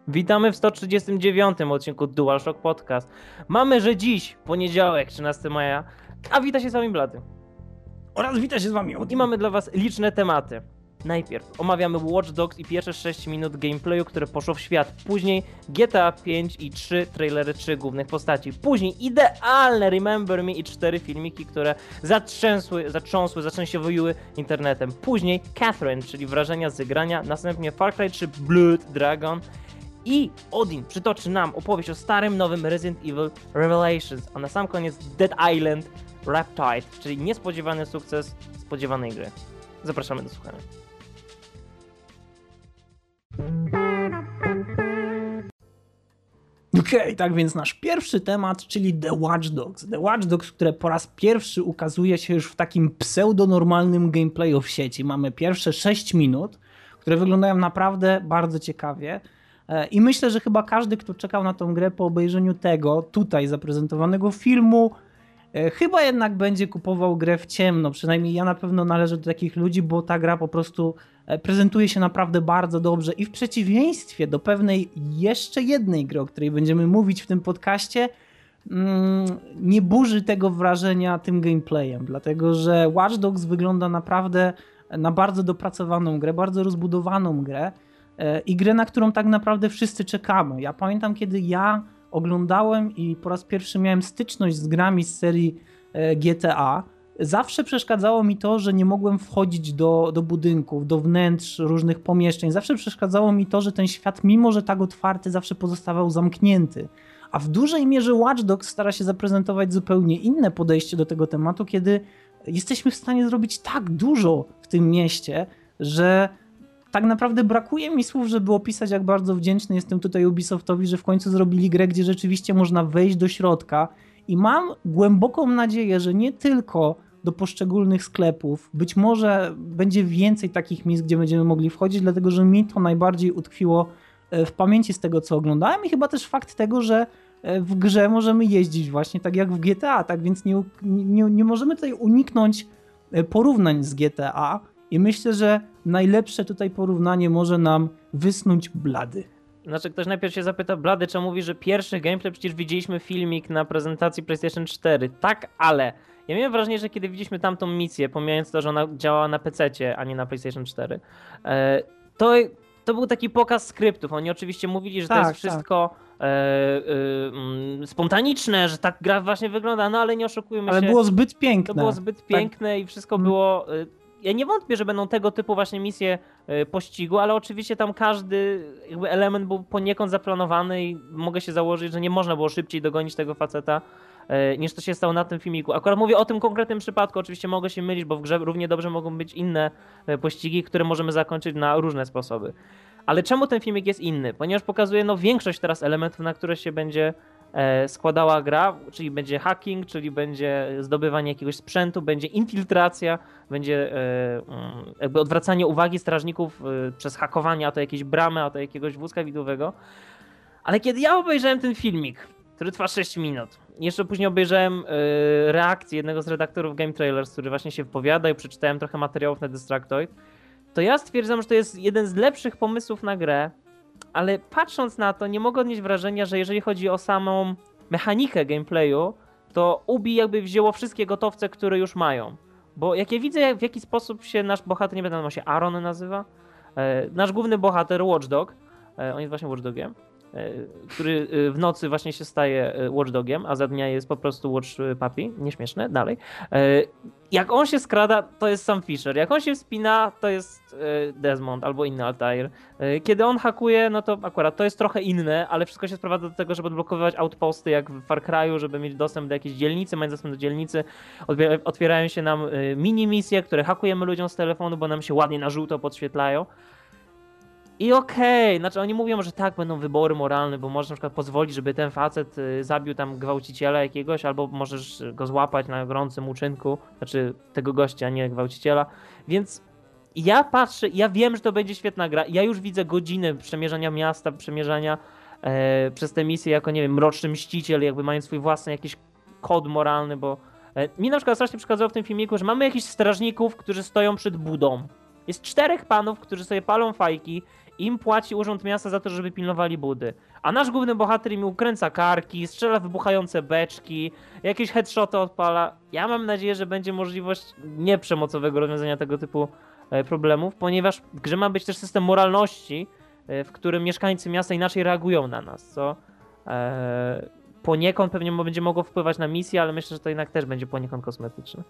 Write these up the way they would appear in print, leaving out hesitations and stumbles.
Witamy w 139 odcinku DualShock Podcast. Mamy, że dziś, poniedziałek, 13 maja, a wita się z wami Blady. Oraz wita się z wami I mamy dla was liczne tematy. Najpierw omawiamy Watch Dogs i pierwsze 6 minut gameplayu, które poszło w świat. Później GTA 5 i 3 trailery 3 głównych postaci. Później idealne Remember Me i 4 filmiki, które zatrzęsiowyły internetem. Później Catherine, czyli wrażenia z grania. Następnie Far Cry 3 Blood Dragon. I Odin przytoczy nam opowieść o starym, nowym Resident Evil Revelations, a na sam koniec Dead Island Riptide, czyli niespodziewany sukces spodziewanej gry. Zapraszamy do słuchania. Okej, tak więc nasz pierwszy temat, czyli The Watch Dogs. The Watch Dogs, które po raz pierwszy ukazuje się już w takim pseudonormalnym gameplayu w sieci. Mamy pierwsze 6 minut, które wyglądają naprawdę bardzo ciekawie. I myślę, że chyba każdy, kto czekał na tą grę po obejrzeniu tego tutaj zaprezentowanego filmu, chyba jednak będzie kupował grę w ciemno. Przynajmniej ja na pewno należę do takich ludzi, bo ta gra po prostu prezentuje się naprawdę bardzo dobrze i w przeciwieństwie do pewnej jeszcze jednej gry, o której będziemy mówić w tym podcaście, nie burzy tego wrażenia tym gameplayem, dlatego że Watch Dogs wygląda naprawdę na bardzo dopracowaną grę, bardzo rozbudowaną grę i grę, na którą tak naprawdę wszyscy czekamy. Ja pamiętam, kiedy ja oglądałem i po raz pierwszy miałem styczność z grami z serii GTA, zawsze przeszkadzało mi to, że nie mogłem wchodzić do budynków, do wnętrz różnych pomieszczeń. Zawsze przeszkadzało mi to, że ten świat, mimo że tak otwarty, zawsze pozostawał zamknięty. A w dużej mierze Watch Dogs stara się zaprezentować zupełnie inne podejście do tego tematu, kiedy jesteśmy w stanie zrobić tak dużo w tym mieście, że tak naprawdę brakuje mi słów, żeby opisać, jak bardzo wdzięczny jestem tutaj Ubisoftowi, że w końcu zrobili grę, gdzie rzeczywiście można wejść do środka i mam głęboką nadzieję, że nie tylko do poszczególnych sklepów, być może będzie więcej takich miejsc, gdzie będziemy mogli wchodzić, dlatego że mi to najbardziej utkwiło w pamięci z tego, co oglądałem i chyba też fakt tego, że w grze możemy jeździć właśnie tak jak w GTA, tak więc nie możemy tutaj uniknąć porównań z GTA. I myślę, że najlepsze tutaj porównanie może nam wysnuć Blady. Znaczy ktoś najpierw się zapyta, Blady, czemu mówi, że pierwszy gameplay, przecież widzieliśmy filmik na prezentacji PlayStation 4. Tak, ale ja miałem wrażenie, że kiedy widzieliśmy tamtą misję, pomijając to, że ona działała na PC-cie, a nie na PlayStation 4, to był taki pokaz skryptów. Oni oczywiście mówili, że to jest wszystko spontaniczne, że tak gra właśnie wygląda, no ale nie oszukujmy się. Ale było zbyt piękne. To było zbyt piękne i wszystko było... Ja nie wątpię, że będą tego typu właśnie misje pościgu, ale oczywiście tam każdy jakby element był poniekąd zaplanowany i mogę się założyć, że nie można było szybciej dogonić tego faceta niż to się stało na tym filmiku. Akurat mówię o tym konkretnym przypadku, oczywiście mogę się mylić, bo w grze równie dobrze mogą być inne pościgi, które możemy zakończyć na różne sposoby. Ale czemu ten filmik jest inny? Ponieważ pokazuje większość teraz elementów, na które się będzie składała gra, czyli będzie hacking, czyli będzie zdobywanie jakiegoś sprzętu, będzie infiltracja, będzie jakby odwracanie uwagi strażników przez hakowanie, a to jakieś bramy, a to jakiegoś wózka widłowego. Ale kiedy ja obejrzałem ten filmik, który trwa 6 minut, jeszcze później obejrzałem reakcję jednego z redaktorów Game Trailers, który właśnie się wypowiada i przeczytałem trochę materiałów na Destructoid, to ja stwierdzam, że to jest jeden z lepszych pomysłów na grę, ale patrząc na to, nie mogę odnieść wrażenia, że jeżeli chodzi o samą mechanikę gameplayu, to Ubi jakby wzięło wszystkie gotowce, które już mają. Bo jak ja widzę, w jaki sposób się nasz bohater, nie będę się Aaron nazywa, nasz główny bohater, Watchdog, on jest właśnie Watchdogiem, który w nocy właśnie się staje Watchdogiem, a za dnia jest po prostu Watch Puppy, nieśmieszne, dalej. Jak on się skrada, to jest Sam Fisher. Jak on się wspina, to jest Desmond albo inny Altair. Kiedy on hakuje, no to akurat to jest trochę inne, ale wszystko się sprowadza do tego, żeby odblokowywać outposty jak w Far Cry'u, żeby mieć dostęp do jakiejś dzielnicy, mając dostęp do dzielnicy. Otwierają się nam mini misje, które hakujemy ludziom z telefonu, bo nam się ładnie na żółto podświetlają. I okej, znaczy oni mówią, że tak, będą wybory moralne, bo możesz na przykład pozwolić, żeby ten facet zabił tam gwałciciela jakiegoś, albo możesz go złapać na gorącym uczynku, znaczy tego gościa, nie gwałciciela, więc ja patrzę, ja wiem, że to będzie świetna gra, ja już widzę godziny przemierzania miasta, przemierzania przez tę misję jako, nie wiem, mroczny mściciel, jakby mając swój własny jakiś kod moralny, bo mi na przykład strasznie przeszkadzało w tym filmiku, że mamy jakichś strażników, którzy stoją przed budą. Jest 4 panów, którzy sobie palą fajki im płaci urząd miasta za to, żeby pilnowali budy. A nasz główny bohater im ukręca karki, strzela wybuchające beczki, jakieś headshoty odpala. Ja mam nadzieję, że będzie możliwość nieprzemocowego rozwiązania tego typu problemów, ponieważ w grze ma być też system moralności, w którym mieszkańcy miasta inaczej reagują na nas, co poniekąd pewnie będzie mogło wpływać na misję, ale myślę, że to jednak też będzie poniekąd kosmetyczne.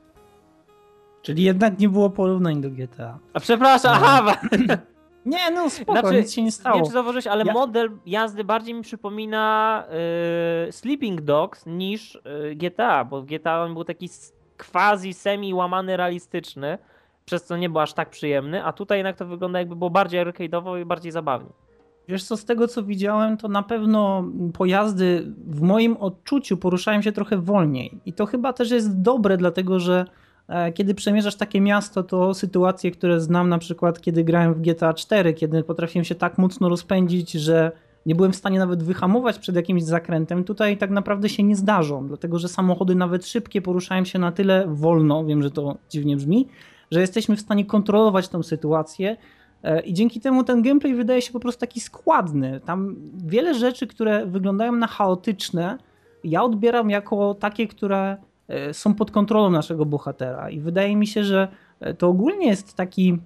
Czyli jednak nie było porównań do GTA. A przepraszam, aha! Nie, no spoko, nic się nie stało. Nie wiem, czy zauważyłeś, ale model jazdy bardziej mi przypomina Sleeping Dogs niż GTA, bo w GTA on był taki quasi semi-łamany, realistyczny, przez co nie był aż tak przyjemny, a tutaj jednak to wygląda jakby było bardziej arcade'owo i bardziej zabawnie. Wiesz co, z tego co widziałem, to na pewno pojazdy w moim odczuciu poruszają się trochę wolniej. I to chyba też jest dobre, dlatego że kiedy przemierzasz takie miasto, to sytuacje, które znam na przykład kiedy grałem w GTA 4, kiedy potrafiłem się tak mocno rozpędzić, że nie byłem w stanie nawet wyhamować przed jakimś zakrętem, tutaj tak naprawdę się nie zdarzą, dlatego że samochody nawet szybkie poruszają się na tyle wolno, wiem, że to dziwnie brzmi, że jesteśmy w stanie kontrolować tą sytuację i dzięki temu ten gameplay wydaje się po prostu taki składny. Tam wiele rzeczy, które wyglądają na chaotyczne, ja odbieram jako takie, które są pod kontrolą naszego bohatera i wydaje mi się, że to ogólnie jest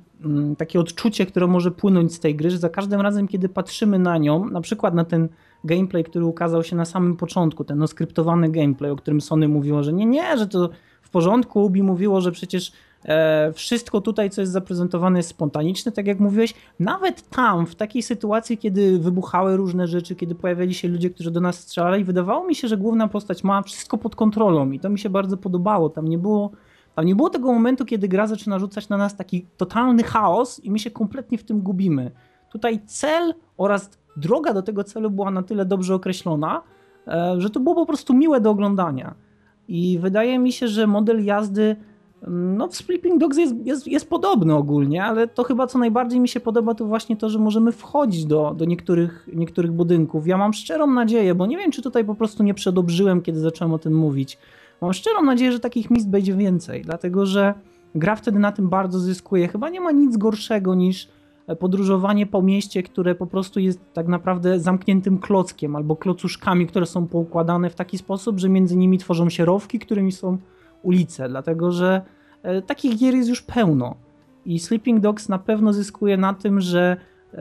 takie odczucie, które może płynąć z tej gry, że za każdym razem, kiedy patrzymy na nią, na przykład na ten gameplay, który ukazał się na samym początku, ten oskryptowany gameplay, o którym Sony mówiło, że nie, że to w porządku, Ubi mówiło, że przecież wszystko tutaj, co jest zaprezentowane, jest spontaniczne, tak jak mówiłeś, nawet tam, w takiej sytuacji, kiedy wybuchały różne rzeczy, kiedy pojawiali się ludzie, którzy do nas strzelali, wydawało mi się, że główna postać ma wszystko pod kontrolą i to mi się bardzo podobało. Tam nie było tego momentu, kiedy gra zaczyna rzucać na nas taki totalny chaos i my się kompletnie w tym gubimy. Tutaj cel oraz droga do tego celu była na tyle dobrze określona, że to było po prostu miłe do oglądania. I wydaje mi się, że model jazdy w Sleeping Dogs jest podobny ogólnie, ale to chyba co najbardziej mi się podoba to właśnie to, że możemy wchodzić do niektórych budynków. Ja mam szczerą nadzieję, bo nie wiem, czy tutaj po prostu nie przedobrzyłem, kiedy zacząłem o tym mówić. Mam szczerą nadzieję, że takich miejsc będzie więcej, dlatego że gra wtedy na tym bardzo zyskuje. Chyba nie ma nic gorszego niż podróżowanie po mieście, które po prostu jest tak naprawdę zamkniętym klockiem albo klocuszkami, które są poukładane w taki sposób, że między nimi tworzą się rowki, którymi są ulice, dlatego że takich gier jest już pełno i Sleeping Dogs na pewno zyskuje na tym, że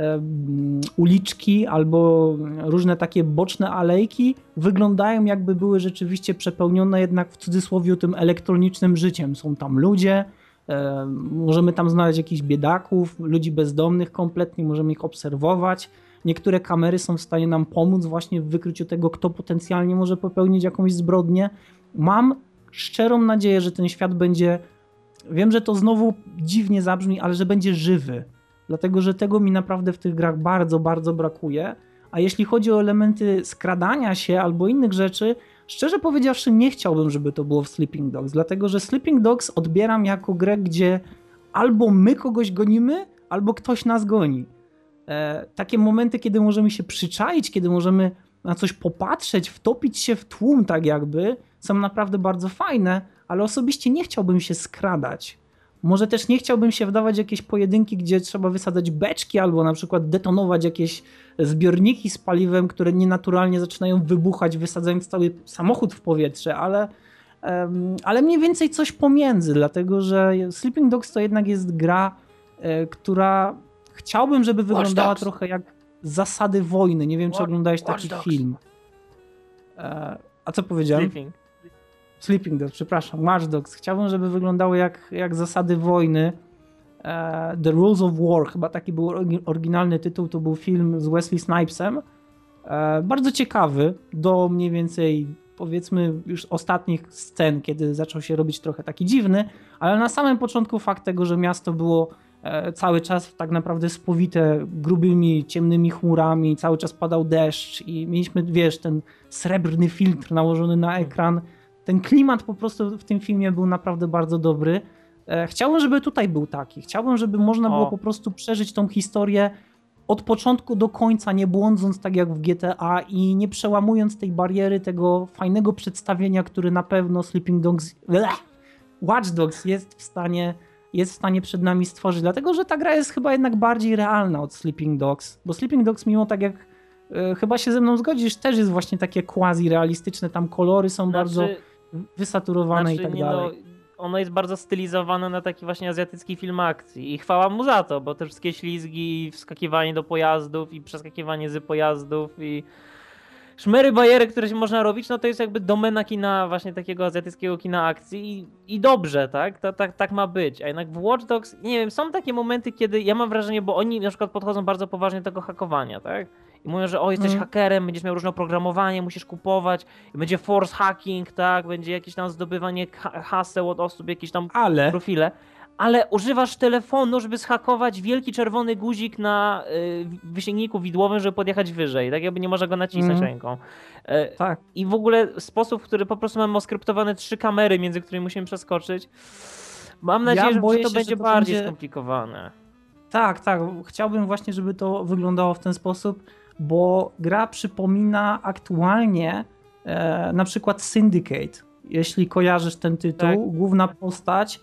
uliczki albo różne takie boczne alejki wyglądają jakby były rzeczywiście przepełnione jednak w cudzysłowie tym elektronicznym życiem. Są tam ludzie, możemy tam znaleźć jakichś biedaków, ludzi bezdomnych kompletnie, możemy ich obserwować. Niektóre kamery są w stanie nam pomóc właśnie w wykryciu tego, kto potencjalnie może popełnić jakąś zbrodnię. Mam szczerą nadzieję, że ten świat będzie, wiem, że to znowu dziwnie zabrzmi, ale że będzie żywy. Dlatego, że tego mi naprawdę w tych grach bardzo, bardzo brakuje. A jeśli chodzi o elementy skradania się albo innych rzeczy, szczerze powiedziawszy nie chciałbym, żeby to było w Sleeping Dogs. Dlatego, że Sleeping Dogs odbieram jako grę, gdzie albo my kogoś gonimy, albo ktoś nas goni. Takie momenty, kiedy możemy się przyczaić, kiedy możemy na coś popatrzeć, wtopić się w tłum tak jakby, są naprawdę bardzo fajne, ale osobiście nie chciałbym się skradać. Może też nie chciałbym się wdawać w jakieś pojedynki, gdzie trzeba wysadzać beczki albo na przykład detonować jakieś zbiorniki z paliwem, które nienaturalnie zaczynają wybuchać, wysadzając cały samochód w powietrze, ale mniej więcej coś pomiędzy, dlatego że Sleeping Dogs to jednak jest gra, która chciałbym, żeby wyglądała trochę jak Zasady wojny. Nie wiem, czy oglądałeś taki film. A co powiedziałem? Sleeping Dogs, przepraszam, Watch Dogs. Chciałbym, żeby wyglądało jak Zasady wojny. The Rules of War, chyba taki był oryginalny tytuł, to był film z Wesley Snipesem. Bardzo ciekawy, do mniej więcej powiedzmy już ostatnich scen, kiedy zaczął się robić trochę taki dziwny, ale na samym początku fakt tego, że miasto było cały czas tak naprawdę spowite grubymi, ciemnymi chmurami, cały czas padał deszcz i mieliśmy, wiesz, ten srebrny filtr nałożony na ekran. Ten klimat po prostu w tym filmie był naprawdę bardzo dobry. Chciałbym, żeby tutaj był taki. Chciałbym, żeby można było po prostu przeżyć tą historię od początku do końca, nie błądząc tak jak w GTA i nie przełamując tej bariery, tego fajnego przedstawienia, który na pewno Watch Dogs jest w stanie jest w stanie przed nami stworzyć, dlatego że ta gra jest chyba jednak bardziej realna od Sleeping Dogs, bo Sleeping Dogs mimo tak jak chyba się ze mną zgodzisz, też jest właśnie takie quasi-realistyczne, tam kolory są bardzo wysaturowane i tak dalej. Ono jest bardzo stylizowane na taki właśnie azjatycki film akcji i chwała mu za to, bo te wszystkie ślizgi i wskakiwanie do pojazdów i przeskakiwanie z pojazdów i szmery bajery, które się można robić, no to jest jakby domena kina, właśnie takiego azjatyckiego kina akcji i dobrze, tak? Tak ma być. A jednak w Watch Dogs, nie wiem, są takie momenty, kiedy ja mam wrażenie, bo oni na przykład podchodzą bardzo poważnie do tego hakowania, tak? I mówią, że jesteś hakerem, będziesz miał różne oprogramowanie, musisz kupować, będzie force hacking, tak? Będzie jakieś tam zdobywanie haseł od osób, jakieś tam profile. Ale używasz telefonu, żeby zhakować wielki czerwony guzik na wysięgniku widłowym, żeby podjechać wyżej. Tak jakby nie można go nacisnąć ręką. Tak. I w ogóle sposób, w który po prostu mamy oskryptowane 3 kamery, między którymi musimy przeskoczyć. Mam nadzieję, że to będzie bardziej skomplikowane. Tak. Chciałbym właśnie, żeby to wyglądało w ten sposób, bo gra przypomina aktualnie na przykład Syndicate. Jeśli kojarzysz ten tytuł, tak. Główna postać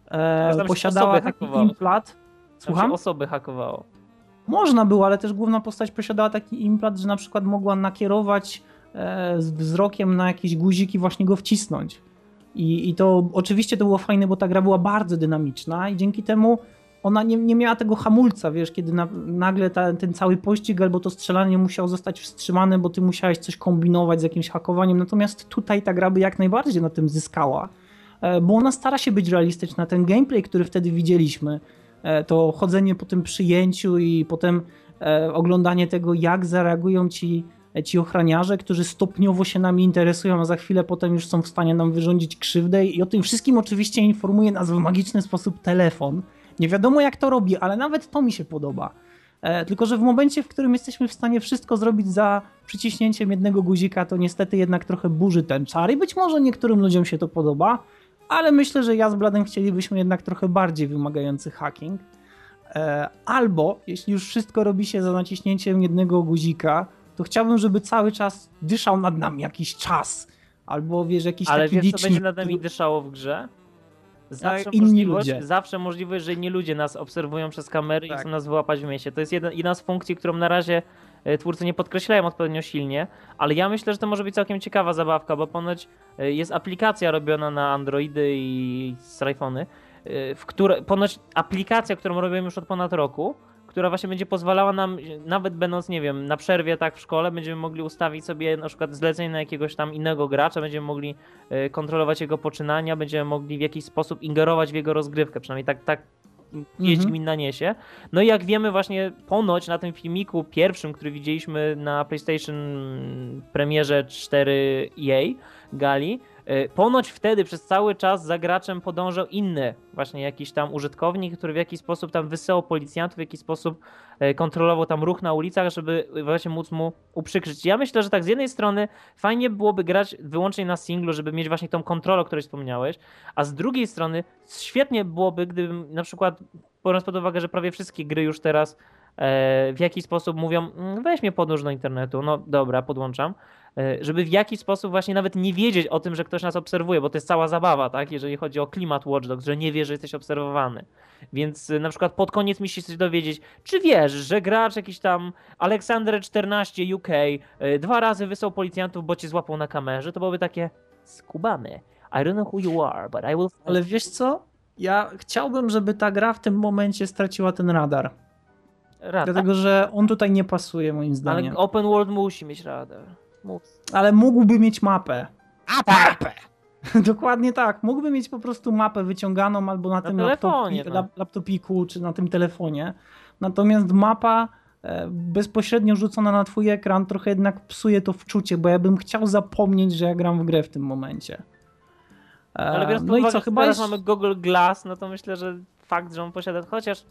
posiadała taki implant. Słucham? Tam się osoby hakowało. Można było, ale też główna postać posiadała taki implant, że na przykład mogła nakierować wzrokiem na jakiś guzik i właśnie go wcisnąć. I to oczywiście to było fajne, bo ta gra była bardzo dynamiczna i dzięki temu ona nie miała tego hamulca, wiesz, kiedy nagle ten cały pościg albo to strzelanie musiało zostać wstrzymane, bo ty musiałeś coś kombinować z jakimś hakowaniem. Natomiast tutaj ta gra by jak najbardziej na tym zyskała, bo ona stara się być realistyczna. Ten gameplay, który wtedy widzieliśmy, to chodzenie po tym przyjęciu i potem oglądanie tego, jak zareagują ci ochraniarze, którzy stopniowo się nami interesują, a za chwilę potem już są w stanie nam wyrządzić krzywdę i o tym wszystkim oczywiście informuje nas w magiczny sposób telefon. Nie wiadomo jak to robi, ale nawet to mi się podoba. Tylko że w momencie, w którym jesteśmy w stanie wszystko zrobić za przyciśnięciem jednego guzika, to niestety jednak trochę burzy ten czar i być może niektórym ludziom się to podoba, ale myślę, że ja z Bladem chcielibyśmy jednak trochę bardziej wymagający hacking. Albo, jeśli już wszystko robi się za naciśnięciem jednego guzika, to chciałbym, żeby cały czas dyszał nad nami jakiś czas. Albo wiesz, jakiś ale taki wiesz, licznik. co będzie nad nami dyszało w grze? Zawsze możliwość, że inni ludzie nas obserwują przez kamery i chcą nas wyłapać w mieście. To jest jedna z funkcji, którą na razie twórcy nie podkreślają odpowiednio silnie, ale ja myślę, że to może być całkiem ciekawa zabawka, bo ponoć jest aplikacja robiona na Androidy i iPhony, ponoć aplikacja, którą robiłem już od ponad roku, która właśnie będzie pozwalała nam, nawet będąc, nie wiem, na przerwie tak w szkole, będziemy mogli ustawić sobie na przykład zlecenie na jakiegoś tam innego gracza, będziemy mogli kontrolować jego poczynania, będziemy mogli w jakiś sposób ingerować w jego rozgrywkę, przynajmniej tak Wiedźmin naniesie. No i jak wiemy właśnie ponoć na tym filmiku pierwszym, który widzieliśmy na PlayStation premierze 4 EA gali, ponoć wtedy przez cały czas za graczem podążał inny właśnie jakiś tam użytkownik, który w jakiś sposób tam wysyłał policjantów, w jakiś sposób kontrolował tam ruch na ulicach, żeby właśnie móc mu uprzykrzyć. Ja myślę, że tak z jednej strony fajnie byłoby grać wyłącznie na singlu, żeby mieć właśnie tą kontrolę, o której wspomniałeś, a z drugiej strony świetnie byłoby, gdybym na przykład, biorąc pod uwagę, że prawie wszystkie gry już teraz w jakiś sposób mówią, weź mnie podłącz do internetu, no dobra, podłączam, żeby w jakiś sposób właśnie nawet nie wiedzieć o tym, że ktoś nas obserwuje, bo to jest cała zabawa, tak, jeżeli chodzi o klimat Watch Dogs, że nie wie, że jesteś obserwowany. Więc na przykład pod koniec mi się chcesz dowiedzieć, czy wiesz, że gracz jakiś tam Alexander 14 UK 2 razy wysłał policjantów, bo cię złapał na kamerze, to byłoby takie skubany. I don't know who you are, but I will... Ale wiesz co? Ja chciałbym, żeby ta gra w tym momencie straciła ten radar. Dlatego, że on tutaj nie pasuje moim zdaniem. Ale open world musi mieć radar. Ale mógłby mieć mapę. Mapę! Dokładnie tak. Mógłby mieć po prostu mapę wyciąganą albo na tym laptopiku, czy na tym telefonie. Natomiast mapa bezpośrednio rzucona na twój ekran trochę jednak psuje to wczucie, bo ja bym chciał zapomnieć, że ja gram w grę w tym momencie. Ale biorąc pod uwagę, że teraz mamy Google Glass, no to myślę, że fakt, że on posiada, chociaż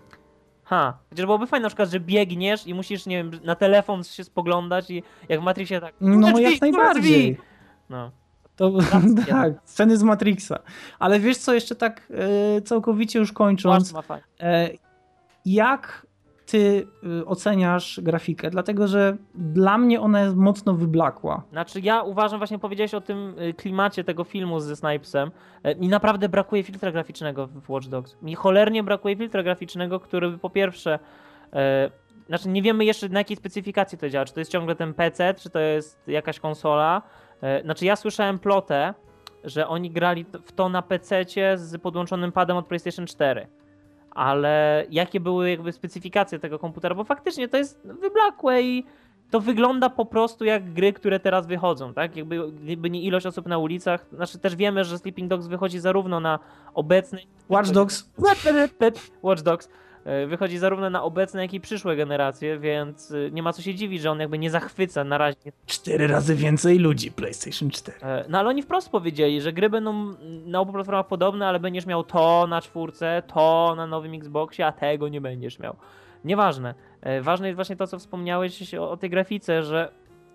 byłoby fajne na przykład, że biegniesz i musisz, nie wiem, na telefon się spoglądać i jak w Matrixie tak... No jak najbardziej. No. To, tak, sceny z Matrixa. Ale wiesz co, jeszcze tak całkowicie już kończąc, jak ty oceniasz grafikę? Dlatego, że dla mnie ona jest mocno wyblakła. Znaczy ja uważam, właśnie powiedziałeś o tym klimacie tego filmu ze Snipesem. Mi naprawdę brakuje filtra graficznego w Watch Dogs. Mi cholernie brakuje filtra graficznego, który by po pierwsze... Znaczy nie wiemy jeszcze na jakiej specyfikacji to działa. Czy to jest ciągle ten PC, czy to jest jakaś konsola. Znaczy ja słyszałem plotę, że oni grali w to na PC-cie z podłączonym padem od PlayStation 4. Ale jakie były jakby specyfikacje tego komputera? Bo faktycznie to jest wyblakłe i to wygląda po prostu jak gry, które teraz wychodzą, tak? Gdyby nie ilość osób na ulicach. Znaczy też wiemy, że Sleeping Dogs wychodzi zarówno na obecnej... Watch Dogs. Watch Dogs wychodzi zarówno na obecne, jak i przyszłe generacje, więc nie ma co się dziwić, że on jakby nie zachwyca na razie. 4 razy więcej ludzi PlayStation 4. No ale oni wprost powiedzieli, że gry będą na obu platformach podobne, ale będziesz miał to na 4, to na nowym Xboxie, a tego nie będziesz miał. Nieważne. Ważne jest właśnie to, co wspomniałeś o tej grafice, że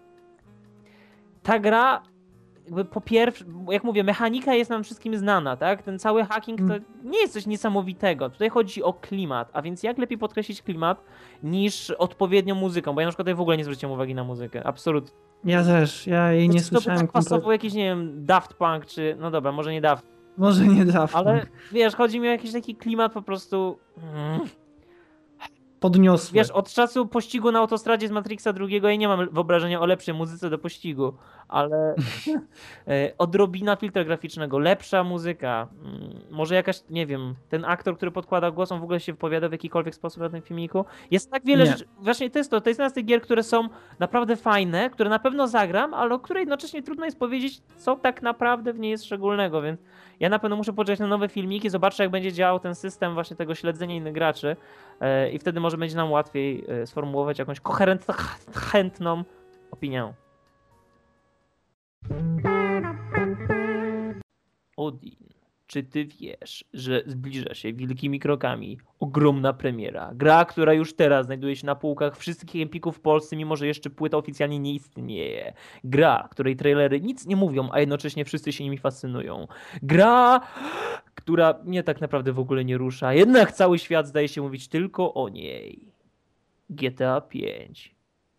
ta gra jakby po pierwsze, jak mówię, mechanika jest nam wszystkim znana, tak? Ten cały hacking to nie jest coś niesamowitego. Tutaj chodzi o klimat, a więc jak lepiej podkreślić klimat niż odpowiednią muzyką, bo ja na przykład tutaj w ogóle nie zwróciłem uwagi na muzykę, absolutnie. Ja też, ja jej nie słyszałem. To tak pasował jakiś, nie wiem, Daft Punk, czy, no dobra, może nie Daft. Może nie Daft Punk. Ale wiesz, chodzi mi o jakiś taki klimat po prostu... Podniosły. Wiesz, od czasu pościgu na autostradzie z Matrixa II ja nie mam wyobrażenia o lepszej muzyce do pościgu, ale odrobina filtra graficznego, lepsza muzyka, może jakaś, nie wiem, ten aktor, który podkłada głos, on w ogóle się wypowiada w jakikolwiek sposób na tym filmiku. Jest tak wiele rzeczy, właśnie to jest jedna z tych gier, które są naprawdę fajne, które na pewno zagram, ale o której jednocześnie trudno jest powiedzieć, co tak naprawdę w niej jest szczególnego, więc ja na pewno muszę poczekać na nowe filmiki, zobaczę jak będzie działał ten system właśnie tego śledzenia innych graczy i wtedy może będzie nam łatwiej sformułować jakąś koherentną opinię. Odin, czy ty wiesz, że zbliża się wielkimi krokami ogromna premiera? Gra, która już teraz znajduje się na półkach wszystkich Empików w Polsce, mimo że jeszcze płyta oficjalnie nie istnieje. Gra, której trailery nic nie mówią, a jednocześnie wszyscy się nimi fascynują. Gra, która mnie tak naprawdę w ogóle nie rusza, jednak cały świat zdaje się mówić tylko o niej. GTA 5.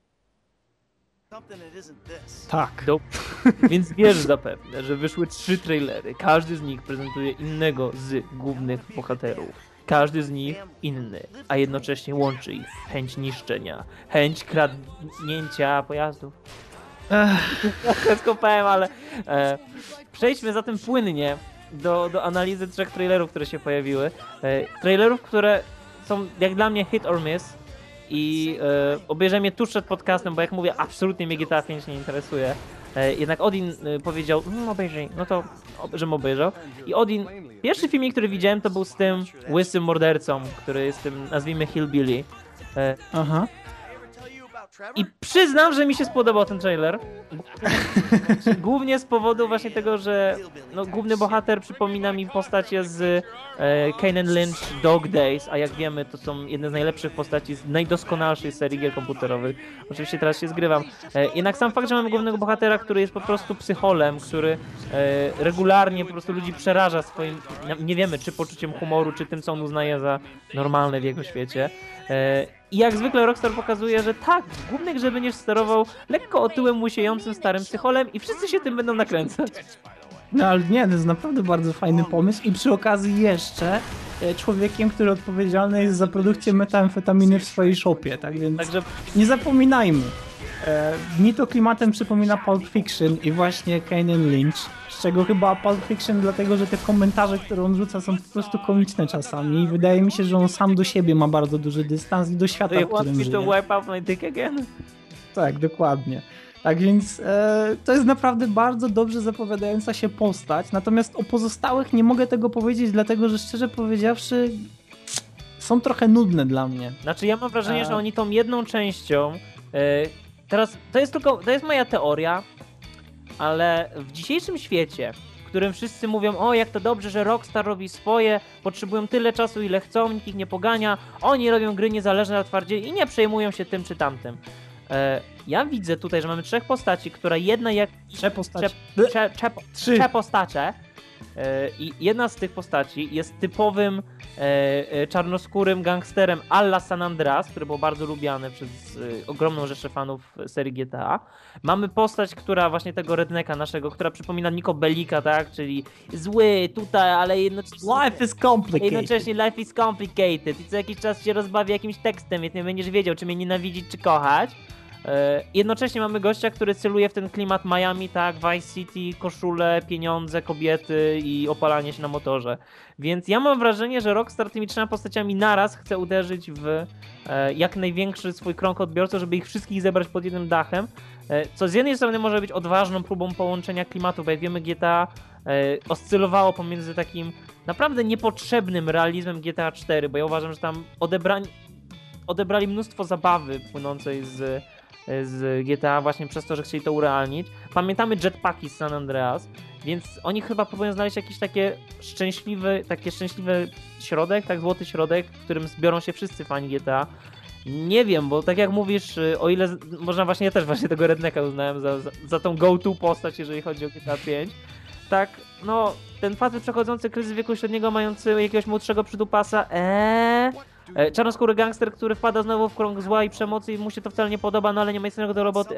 Tak. Więc wiesz zapewne, że wyszły 3 trailery. Każdy z nich prezentuje innego z głównych bohaterów. Każdy z nich inny, a jednocześnie łączy ich chęć niszczenia, chęć kradnięcia pojazdów. Skopałem, ale przejdźmy zatem płynnie do analizy 3 trailerów, które się pojawiły. Trailerów, które są jak dla mnie hit or miss. I obejrzałem je tuż przed podcastem, bo jak mówię, absolutnie mnie GTA 5 nie interesuje. Jednak Odin powiedział, obejrzyj, no to żebym obejrzał. I Odin, pierwszy filmik, który widziałem, to był z tym łysym mordercą, który jest tym, nazwijmy, hillbilly. Aha. I przyznam, że mi się spodobał ten trailer. Głównie z powodu właśnie tego, że no, główny bohater przypomina mi postacie z Kane & Lynch Dog Days, a jak wiemy, to są jedne z najlepszych postaci z najdoskonalszej serii gier komputerowych. Oczywiście teraz się zgrywam. Jednak sam fakt, że mamy głównego bohatera, który jest po prostu psycholem, który regularnie po prostu ludzi przeraża swoim, nie wiemy, czy poczuciem humoru, czy tym, co on uznaje za normalne w jego świecie. I jak zwykle Rockstar pokazuje, że tak, w głównej grze będziesz sterował lekko otyłym, łysiejącym starym psycholem i wszyscy się tym będą nakręcać. No ale nie, to jest naprawdę bardzo fajny pomysł i przy okazji jeszcze człowiekiem, który odpowiedzialny jest za produkcję metamfetaminy w swojej shopie, tak więc Także nie zapominajmy. Mi to klimatem przypomina Pulp Fiction i właśnie Kane & Lynch, z czego chyba Pulp Fiction dlatego, że te komentarze, które on rzuca, są po prostu komiczne czasami i wydaje mi się, że on sam do siebie ma bardzo duży dystans i do świata, w którym żyje. to wipe out my dick again? Tak, dokładnie. Tak więc to jest naprawdę bardzo dobrze zapowiadająca się postać, natomiast o pozostałych nie mogę tego powiedzieć, dlatego że szczerze powiedziawszy są trochę nudne dla mnie. Znaczy ja mam wrażenie, że oni tą jedną częścią teraz, to jest moja teoria, ale w dzisiejszym świecie, w którym wszyscy mówią, o jak to dobrze, że Rockstar robi swoje, potrzebują tyle czasu ile chcą, nikt ich nie pogania, oni robią gry niezależne, a twardziej i nie przejmują się tym czy tamtym. ja widzę tutaj, że mamy 3 postaci, która jedna jak... Trzy. 3 postacie. I jedna z tych postaci jest typowym czarnoskórym gangsterem alla San Andreas, który był bardzo lubiany przez ogromną rzeszę fanów serii GTA. Mamy postać, która właśnie tego rednecka naszego, która przypomina Niko Bellika, tak? Czyli zły tutaj, ale jednocześnie life is complicated i co jakiś czas się rozbawi jakimś tekstem, więc nie będziesz wiedział, czy mnie nienawidzić, czy kochać. Jednocześnie mamy gościa, który celuje w ten klimat Miami, tak, Vice City, koszule, pieniądze, kobiety i opalanie się na motorze. Więc ja mam wrażenie, że Rockstar tymi 3 postaciami naraz chce uderzyć w jak największy swój krąg odbiorców, żeby ich wszystkich zebrać pod jednym dachem. Co z jednej strony może być odważną próbą połączenia klimatu, bo jak wiemy GTA oscylowało pomiędzy takim naprawdę niepotrzebnym realizmem GTA 4, bo ja uważam, że tam odebrali mnóstwo zabawy płynącej z GTA właśnie przez to, że chcieli to urealnić. Pamiętamy jetpacki z San Andreas, więc oni chyba próbują znaleźć jakiś szczęśliwy środek, tak, złoty środek, w którym zbiorą się wszyscy fani GTA. Nie wiem, bo tak jak mówisz, o ile można właśnie, ja też właśnie tego rednecka uznałem za tą go-to postać, jeżeli chodzi o GTA 5. Tak, no, ten facet przechodzący kryzys wieku średniego, mający jakiegoś młodszego przydupasa, czarnoskóry gangster, który wpada znowu w krąg zła i przemocy i mu się to wcale nie podoba, no ale nie ma nic innego do roboty,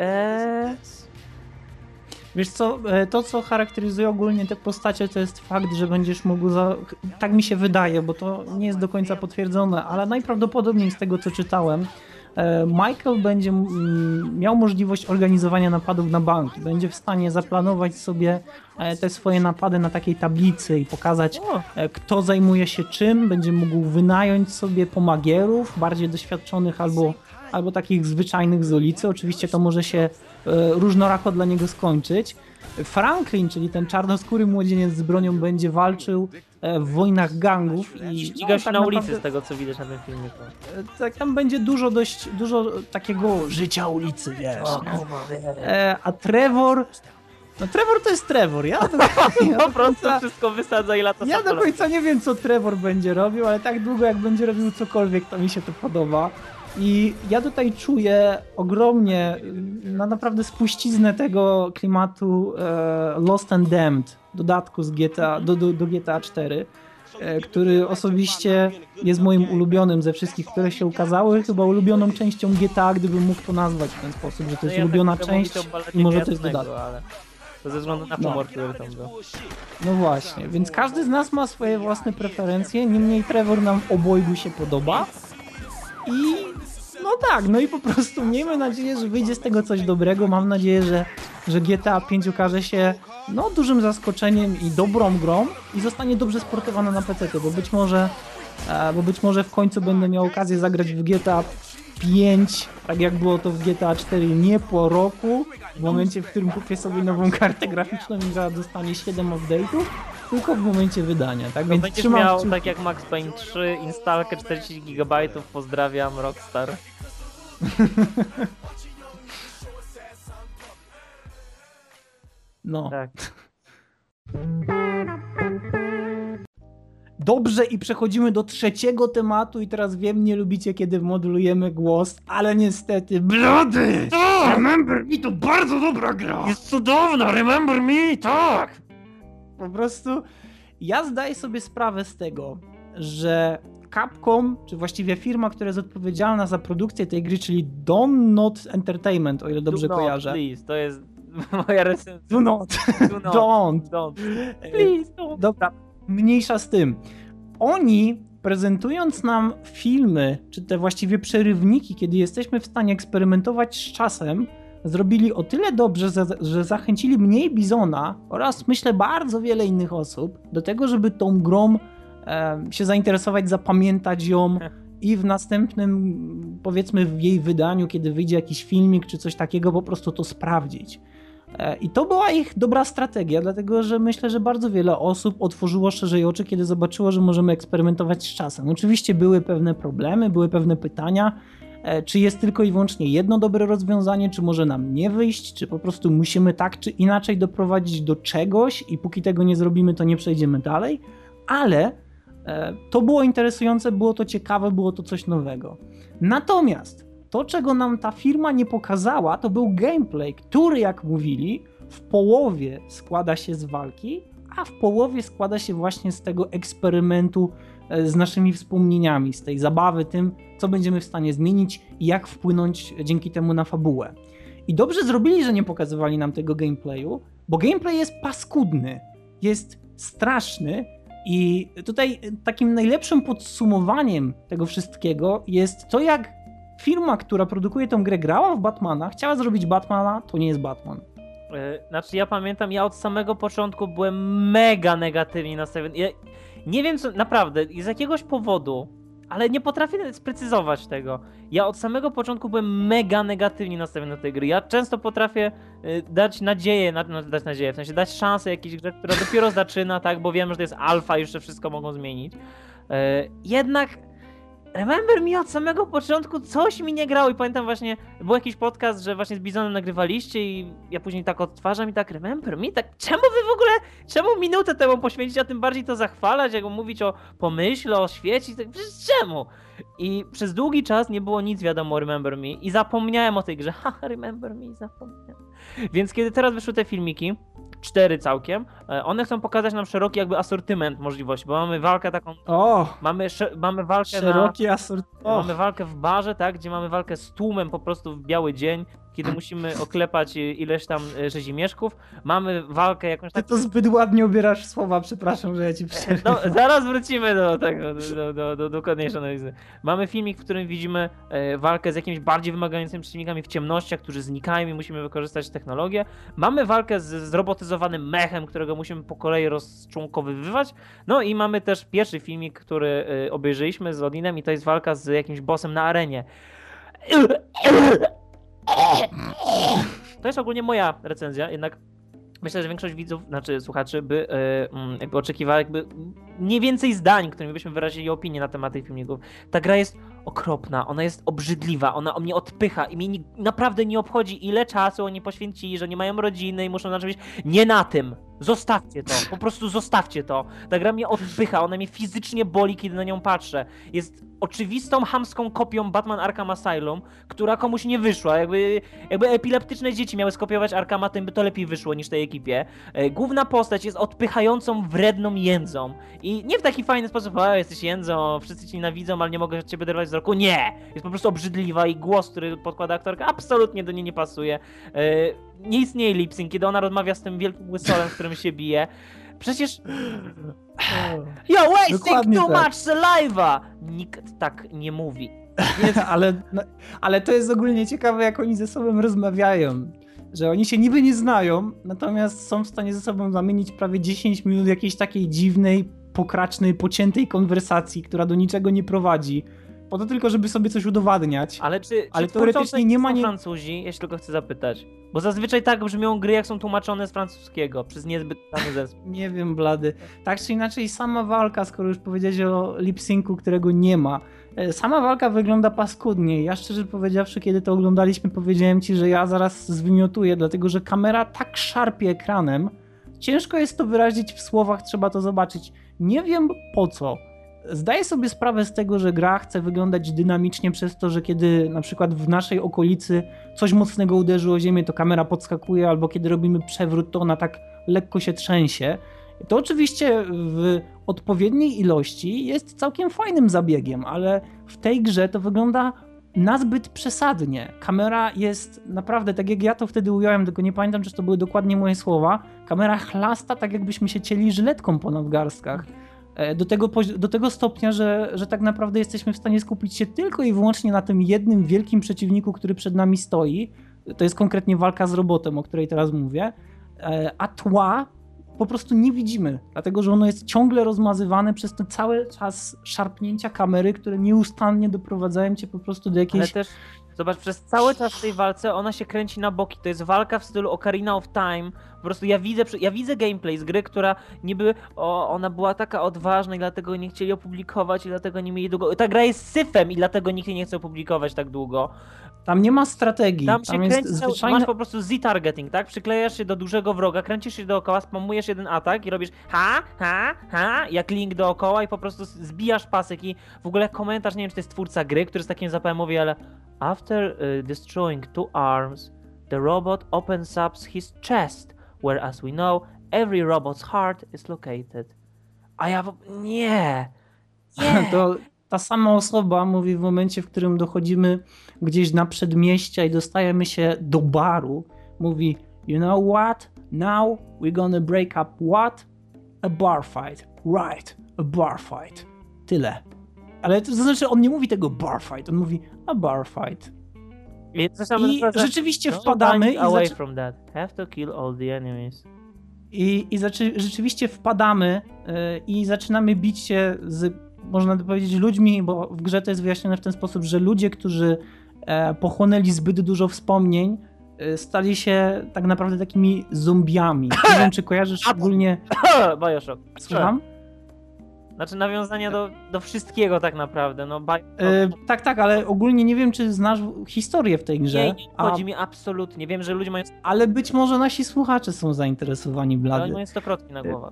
Wiesz co, to co charakteryzuje ogólnie te postacie, to jest fakt, że będziesz mógł, tak mi się wydaje, bo to nie jest do końca potwierdzone, ale najprawdopodobniej z tego co czytałem, Michael będzie miał możliwość organizowania napadów na banki. Będzie w stanie zaplanować sobie te swoje napady na takiej tablicy i pokazać, kto zajmuje się czym. Będzie mógł wynająć sobie pomagierów, bardziej doświadczonych albo takich zwyczajnych z ulicy. Oczywiście to może się różnorako dla niego skończyć. Franklin, czyli ten czarnoskóry młodzieniec z bronią, będzie walczył w wojnach gangów i ściga się na ulicy z tego co widać na tym filmiku. Tak, tam będzie dużo takiego życia ulicy, wiesz. A Trevor to jest Trevor. Po prostu wszystko wysadza i lata. Ja do końca nie wiem, co Trevor będzie robił, ale tak długo jak będzie robił cokolwiek, to mi się to podoba. I ja tutaj czuję ogromnie naprawdę spuściznę tego klimatu Lost and Damned, dodatku z GTA, do GTA 4, który osobiście jest moim ulubionym ze wszystkich, które się ukazały, chyba ulubioną częścią GTA, gdybym mógł to nazwać w ten sposób, że to jest ulubiona część i może to jest dodatek. Ale to ze względu na humor, który tam był. No właśnie, więc każdy z nas ma swoje własne preferencje, niemniej Trevor nam obojgu się podoba i no tak, no i po prostu miejmy nadzieję, że wyjdzie z tego coś dobrego. Mam nadzieję, że GTA 5 okaże się dużym zaskoczeniem i dobrą grą i zostanie dobrze sportowana na PC, bo być może w końcu będę miał okazję zagrać w GTA 5, tak jak było to w GTA 4, nie po roku, w momencie, w którym kupię sobie nową kartę graficzną i gra dostanie 7 update'ów, tylko w momencie wydania, tak? Więc będziesz miał, tak jak Max Payne 3, instalkę 40 GB, pozdrawiam, Rockstar. No. Tak. Dobrze, i przechodzimy do trzeciego tematu i teraz wiem, nie lubicie, kiedy modulujemy głos, ale niestety Bloody! Remember Me to bardzo dobra gra! Jest cudowna, Remember Me, tak! Po prostu ja zdaję sobie sprawę z tego, że Capcom, czy właściwie firma, która jest odpowiedzialna za produkcję tej gry, czyli Don't Entertainment, o ile dobrze kojarzę. Please, to jest moja recenzja. Don't. Please, don't. Dobra, mniejsza z tym. Oni, prezentując nam filmy, czy te właściwie przerywniki, kiedy jesteśmy w stanie eksperymentować z czasem, zrobili o tyle dobrze, że zachęcili mnie i Bizona oraz myślę bardzo wiele innych osób do tego, żeby tą grą się zainteresować, zapamiętać ją i w następnym, powiedzmy w jej wydaniu, kiedy wyjdzie jakiś filmik czy coś takiego, po prostu to sprawdzić. I to była ich dobra strategia, dlatego że myślę, że bardzo wiele osób otworzyło szerzej oczy, kiedy zobaczyło, że możemy eksperymentować z czasem. Oczywiście były pewne problemy, były pewne pytania, czy jest tylko i wyłącznie jedno dobre rozwiązanie, czy może nam nie wyjść, czy po prostu musimy tak czy inaczej doprowadzić do czegoś i póki tego nie zrobimy, to nie przejdziemy dalej, ale to było interesujące, było to ciekawe, było to coś nowego. Natomiast To, czego nam ta firma nie pokazała, to był gameplay, który, jak mówili, w połowie składa się z walki, a w połowie składa się właśnie z tego eksperymentu z naszymi wspomnieniami, z tej zabawy tym, co będziemy w stanie zmienić i jak wpłynąć dzięki temu na fabułę. I dobrze zrobili, że nie pokazywali nam tego gameplayu, bo gameplay jest paskudny, jest straszny i tutaj takim najlepszym podsumowaniem tego wszystkiego jest to, jak firma, która produkuje tę grę, grała w Batmana, chciała zrobić Batmana, to nie jest Batman. Znaczy ja pamiętam, ja od samego początku byłem mega negatywnie nastawiony. Ja nie wiem co, naprawdę, z jakiegoś powodu, ale nie potrafię sprecyzować tego. Ja od samego początku byłem mega negatywnie nastawiony do tej gry. Ja często potrafię dać nadzieję, w sensie dać szansę jakiejś grze, która dopiero zaczyna, tak, bo wiem, że to jest alfa i jeszcze wszystko mogą zmienić. Jednak Remember Me od samego początku coś mi nie grało i pamiętam właśnie, był jakiś podcast, że właśnie z Bizonem nagrywaliście i ja później tak odtwarzam i tak Remember Me, tak czemu minutę temu poświęcić, a tym bardziej to zachwalać, jak mówić o pomyśle, o świecie, tak przecież czemu? I przez długi czas nie było nic wiadomo o Remember Me i zapomniałem o tej grze, Remember Me, zapomniałem. Więc kiedy teraz wyszły te filmiki, 4 całkiem, one chcą pokazać nam szeroki jakby asortyment możliwości, bo mamy walkę taką, mamy walkę szeroki mamy walkę w barze, tak, gdzie mamy walkę z tłumem po prostu w biały dzień, kiedy musimy oklepać ileś tam rzezimieszków, mamy walkę jakąś taką... Ty to zbyt ładnie ubierasz słowa, przepraszam, że ja ci przerwę. No, zaraz wrócimy do tego, do dokładniejszej analizy. Mamy filmik, w którym widzimy walkę z jakimiś bardziej wymagającymi przeciwnikami w ciemnościach, którzy znikają i musimy wykorzystać technologię. Mamy walkę z zrobotyzowanym mechem, którego musimy po kolei rozczłonkowywać. No i mamy też pierwszy filmik, który obejrzeliśmy z Odinem i to jest walka z jakimś bossem na arenie. To jest ogólnie moja recenzja, jednak myślę, że większość widzów, znaczy słuchaczy, by jakby oczekiwała jakby mniej więcej zdań, którymi byśmy wyrazili opinię na temat tych filmików. Ta gra jest okropna, ona jest obrzydliwa, ona mnie odpycha i mnie naprawdę nie obchodzi, ile czasu oni poświęcili, że nie mają rodziny i muszą na czymś... Nie na tym! Zostawcie to, po prostu zostawcie to. Ta gra mnie odpycha, ona mnie fizycznie boli, kiedy na nią patrzę. Jest oczywistą, chamską kopią Batman Arkham Asylum, która komuś nie wyszła. Jakby epileptyczne dzieci miały skopiować Arkhama, tym by to lepiej wyszło niż tej ekipie. Główna postać jest odpychającą, wredną jędzą. I nie w taki fajny sposób, jesteś jędzą, wszyscy cię nienawidzą, ale nie mogę od ciebie oderwać wzroku. Nie! Jest po prostu obrzydliwa i głos, który podkłada aktorka, absolutnie do niej nie pasuje. Nie istnieje lip-sync, kiedy ona rozmawia z tym wielkim łysolem, z którym się bije. Przecież... You're wasting too much saliva! Nikt tak nie mówi. Więc... ale to jest ogólnie ciekawe, jak oni ze sobą rozmawiają. Że oni się niby nie znają, natomiast są w stanie ze sobą zamienić prawie 10 minut jakiejś takiej dziwnej, pokracznej, pociętej konwersacji, która do niczego nie prowadzi. Po to tylko, żeby sobie coś udowadniać. Ale czy teoretycznie nie ma... Francuzi, jeśli tylko chcę zapytać? Bo zazwyczaj tak brzmią gry, jak są tłumaczone z francuskiego, przez niezbyt znany zespół. Nie wiem, blady. Tak czy inaczej, sama walka, skoro już powiedziałeś o lip-syncu, którego nie ma, sama walka wygląda paskudnie. Ja szczerze powiedziawszy, kiedy to oglądaliśmy, powiedziałem ci, że ja zaraz zwymiotuję, dlatego że kamera tak szarpie ekranem. Ciężko jest to wyrazić w słowach, trzeba to zobaczyć. Nie wiem po co. Zdaję sobie sprawę z tego, że gra chce wyglądać dynamicznie przez to, że kiedy na przykład w naszej okolicy coś mocnego uderzy o ziemię, to kamera podskakuje, albo kiedy robimy przewrót, to ona tak lekko się trzęsie. To oczywiście w odpowiedniej ilości jest całkiem fajnym zabiegiem, ale w tej grze to wygląda nazbyt przesadnie. Kamera jest naprawdę, tak jak ja to wtedy ująłem, tylko nie pamiętam, czy to były dokładnie moje słowa, kamera chlasta tak, jakbyśmy się cieli żyletką po nadgarstkach. Do tego stopnia, że tak naprawdę jesteśmy w stanie skupić się tylko i wyłącznie na tym jednym wielkim przeciwniku, który przed nami stoi. To jest konkretnie walka z robotem, o której teraz mówię. A tła po prostu nie widzimy, dlatego że ono jest ciągle rozmazywane przez ten cały czas szarpnięcia kamery, które nieustannie doprowadzają cię po prostu do jakiejś... Ale też, zobacz, przez cały czas w tej walce ona się kręci na boki. To jest walka w stylu Ocarina of Time. Po prostu ja widzę gameplay z gry, która niby, ona była taka odważna i dlatego nie chcieli opublikować i dlatego nie mieli długo... Ta gra jest syfem i dlatego nikt jej nie chce opublikować tak długo. Tam nie ma strategii. Tam się kręci, masz po prostu Z-targeting, tak? Przyklejasz się do dużego wroga, kręcisz się dookoła, spamujesz jeden atak i robisz jak link dookoła i po prostu zbijasz pasek i w ogóle komentarz, nie wiem, czy to jest twórca gry, który z takim zapałem mówi, ale After destroying 2 arms, the robot opens up his chest, where as we know, every robot's heart is located. A ja... Nie! Nie! To ta sama osoba mówi w momencie, w którym dochodzimy gdzieś na przedmieścia i dostajemy się do baru, mówi, you know what? Now we're gonna break up what? A bar fight. Right, a bar fight. Tyle. Ale to znaczy on nie mówi tego bar fight, on mówi a bar fight. I rzeczywiście wpadamy away from that. Have to kill all the enemies. Rzeczywiście wpadamy i zaczynamy bić się z, można by powiedzieć, ludźmi, bo w grze to jest wyjaśnione w ten sposób, że ludzie, którzy pochłonęli zbyt dużo wspomnień, stali się tak naprawdę takimi zombiami. Nie wiem, czy kojarzysz szczególnie... Bioshock. Słucham? Znaczy nawiązania do wszystkiego tak naprawdę. No, tak, ale ogólnie nie wiem, czy znasz historię w tej grze. Nie chodzi mi absolutnie. Wiem, że ludzie mają... Ale być może nasi słuchacze są zainteresowani, Blady. Ale mają stokrotki na głowach.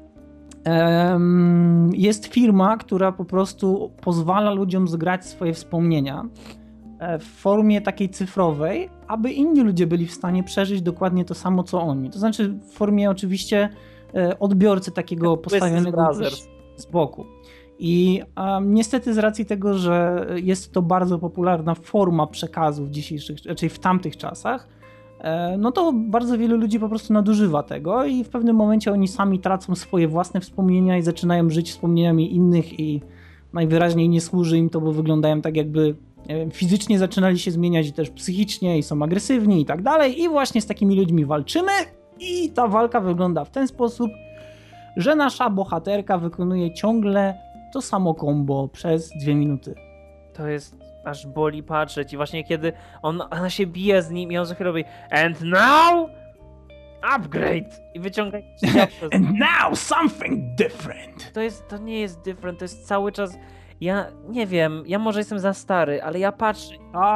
Jest firma, która po prostu pozwala ludziom zgrać swoje wspomnienia w formie takiej cyfrowej, aby inni ludzie byli w stanie przeżyć dokładnie to samo, co oni. To znaczy w formie oczywiście odbiorcy takiego postawionego z boku. I niestety z racji tego, że jest to bardzo popularna forma przekazu w dzisiejszych, raczej w tamtych czasach, no to bardzo wielu ludzi po prostu nadużywa tego i w pewnym momencie oni sami tracą swoje własne wspomnienia i zaczynają żyć wspomnieniami innych i najwyraźniej nie służy im to, bo wyglądają tak jakby fizycznie zaczynali się zmieniać i też psychicznie i są agresywni i tak dalej i właśnie z takimi ludźmi walczymy i ta walka wygląda w ten sposób, że nasza bohaterka wykonuje ciągle to samo combo przez 2 minuty. To jest aż boli patrzeć i właśnie kiedy ona się bije z nim i on za chwilę robi and now upgrade i wyciąga and now something different. To nie jest different, to jest cały czas ja nie wiem, ja może jestem za stary, ale ja patrzę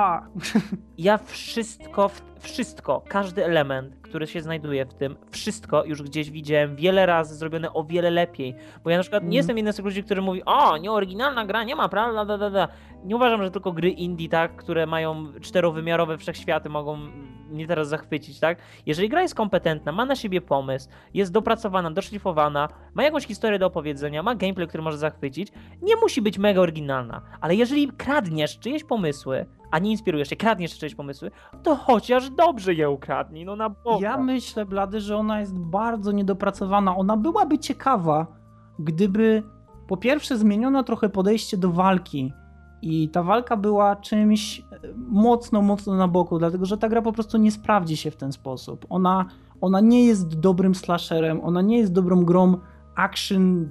ja wszystko, każdy element, który się znajduje w tym, wszystko już gdzieś widziałem wiele razy zrobione o wiele lepiej, bo ja na przykład nie jestem jednym z tych ludzi, który mówi nieoryginalna gra, nie ma prawda, nie uważam, że tylko gry indie, tak, które mają 4-wymiarowe wszechświaty mogą mnie teraz zachwycić, tak, jeżeli gra jest kompetentna, ma na siebie pomysł, jest dopracowana, doszlifowana, ma jakąś historię do opowiedzenia, ma gameplay, który może zachwycić, nie musi być mega oryginalna, ale jeżeli kradniesz czyjeś pomysły, a nie inspirujesz się, kradniesz czyjeś pomysły, to chociaż dobrze je ukradnij, no na Boga. Ja myślę, Blady, że ona jest bardzo niedopracowana. Ona byłaby ciekawa, gdyby po pierwsze zmieniono trochę podejście do walki i ta walka była czymś mocno na boku, dlatego że ta gra po prostu nie sprawdzi się w ten sposób. Ona nie jest dobrym slasherem, ona nie jest dobrą grą action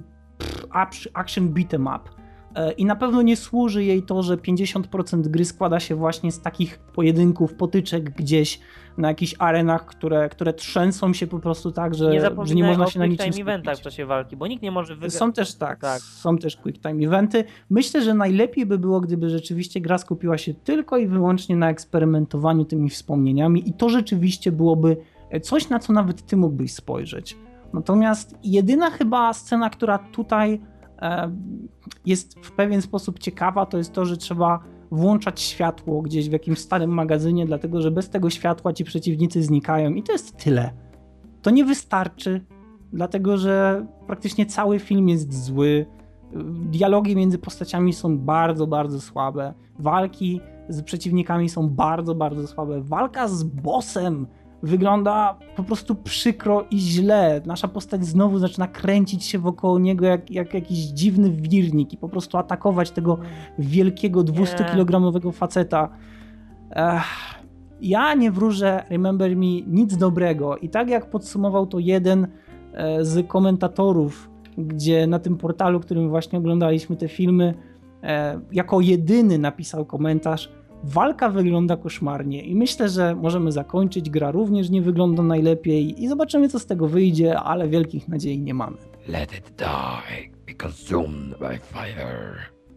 beat'em up. I na pewno nie służy jej to, że 50% gry składa się właśnie z takich pojedynków, potyczek gdzieś na jakichś arenach, które trzęsą się po prostu tak, że nie można się na niczym skupić. Eventach w czasie walki, bo nikt nie może wygrać. Są też są też quick time eventy. Myślę, że najlepiej by było, gdyby rzeczywiście gra skupiła się tylko i wyłącznie na eksperymentowaniu tymi wspomnieniami i to rzeczywiście byłoby coś, na co nawet ty mógłbyś spojrzeć. Natomiast jedyna chyba scena, która tutaj jest w pewien sposób ciekawa, to jest to, że trzeba włączać światło gdzieś w jakimś starym magazynie, dlatego że bez tego światła ci przeciwnicy znikają i to jest tyle. To nie wystarczy, dlatego że praktycznie cały film jest zły, dialogi między postaciami są bardzo słabe, walki z przeciwnikami są bardzo słabe, walka z bossem wygląda po prostu przykro i źle. Nasza postać znowu zaczyna kręcić się wokoło niego jak jakiś dziwny wirnik i po prostu atakować tego wielkiego 200-kilogramowego faceta. Ja nie wróżę Remember Me nic dobrego i tak jak podsumował to jeden z komentatorów, gdzie na tym portalu, którym właśnie oglądaliśmy te filmy, jako jedyny napisał komentarz: walka wygląda koszmarnie i myślę, że możemy zakończyć. Gra również nie wygląda najlepiej i zobaczymy, co z tego wyjdzie, ale wielkich nadziei nie mamy. Let it die, be consumed by fire.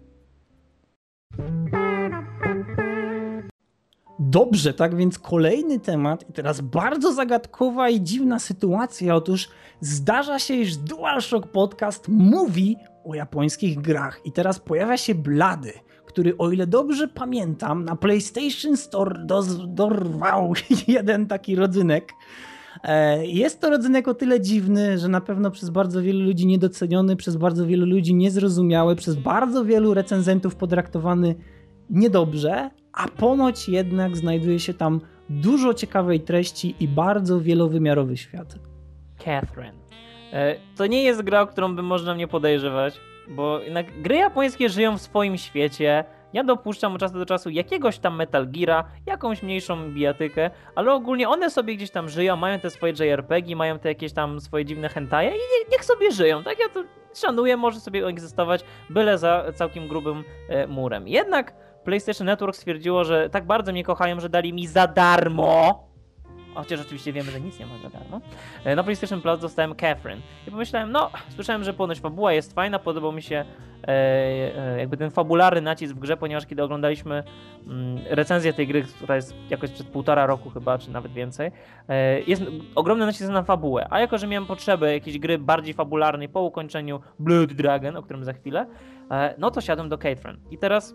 Dobrze, tak więc kolejny temat i teraz bardzo zagadkowa i dziwna sytuacja. Otóż zdarza się, iż DualShock Podcast mówi o japońskich grach i teraz pojawia się Blady, który, o ile dobrze pamiętam, na PlayStation Store dorwał jeden taki rodzynek. Jest to rodzynek o tyle dziwny, że na pewno przez bardzo wielu ludzi niedoceniony, przez bardzo wielu ludzi niezrozumiały, przez bardzo wielu recenzentów potraktowany niedobrze, a ponoć jednak znajduje się tam dużo ciekawej treści i bardzo wielowymiarowy świat. Catherine. To nie jest gra, o którą by można mnie podejrzewać, bo jednak gry japońskie żyją w swoim świecie. Ja dopuszczam od czasu do czasu jakiegoś tam Metal Geara, jakąś mniejszą bijatykę, ale ogólnie one sobie gdzieś tam żyją, mają te swoje JRPG, mają te jakieś tam swoje dziwne hentaje i niech sobie żyją, tak? Ja to szanuję, może sobie egzystować, byle za całkiem grubym murem. Jednak PlayStation Network stwierdziło, że tak bardzo mnie kochają, że dali mi za darmo, chociaż oczywiście wiemy, że nic nie ma za darmo, na PlayStation Plus dostałem Catherine. I pomyślałem, no, słyszałem, że ponoć fabuła jest fajna, podobał mi się jakby ten fabularny nacisk w grze, ponieważ kiedy oglądaliśmy recenzję tej gry, która jest jakoś przed 1,5 roku chyba, czy nawet więcej, jest ogromny nacisk na fabułę, a jako, że miałem potrzebę jakiejś gry bardziej fabularnej po ukończeniu Blood Dragon, o którym za chwilę, no to siadłem do Catherine. I teraz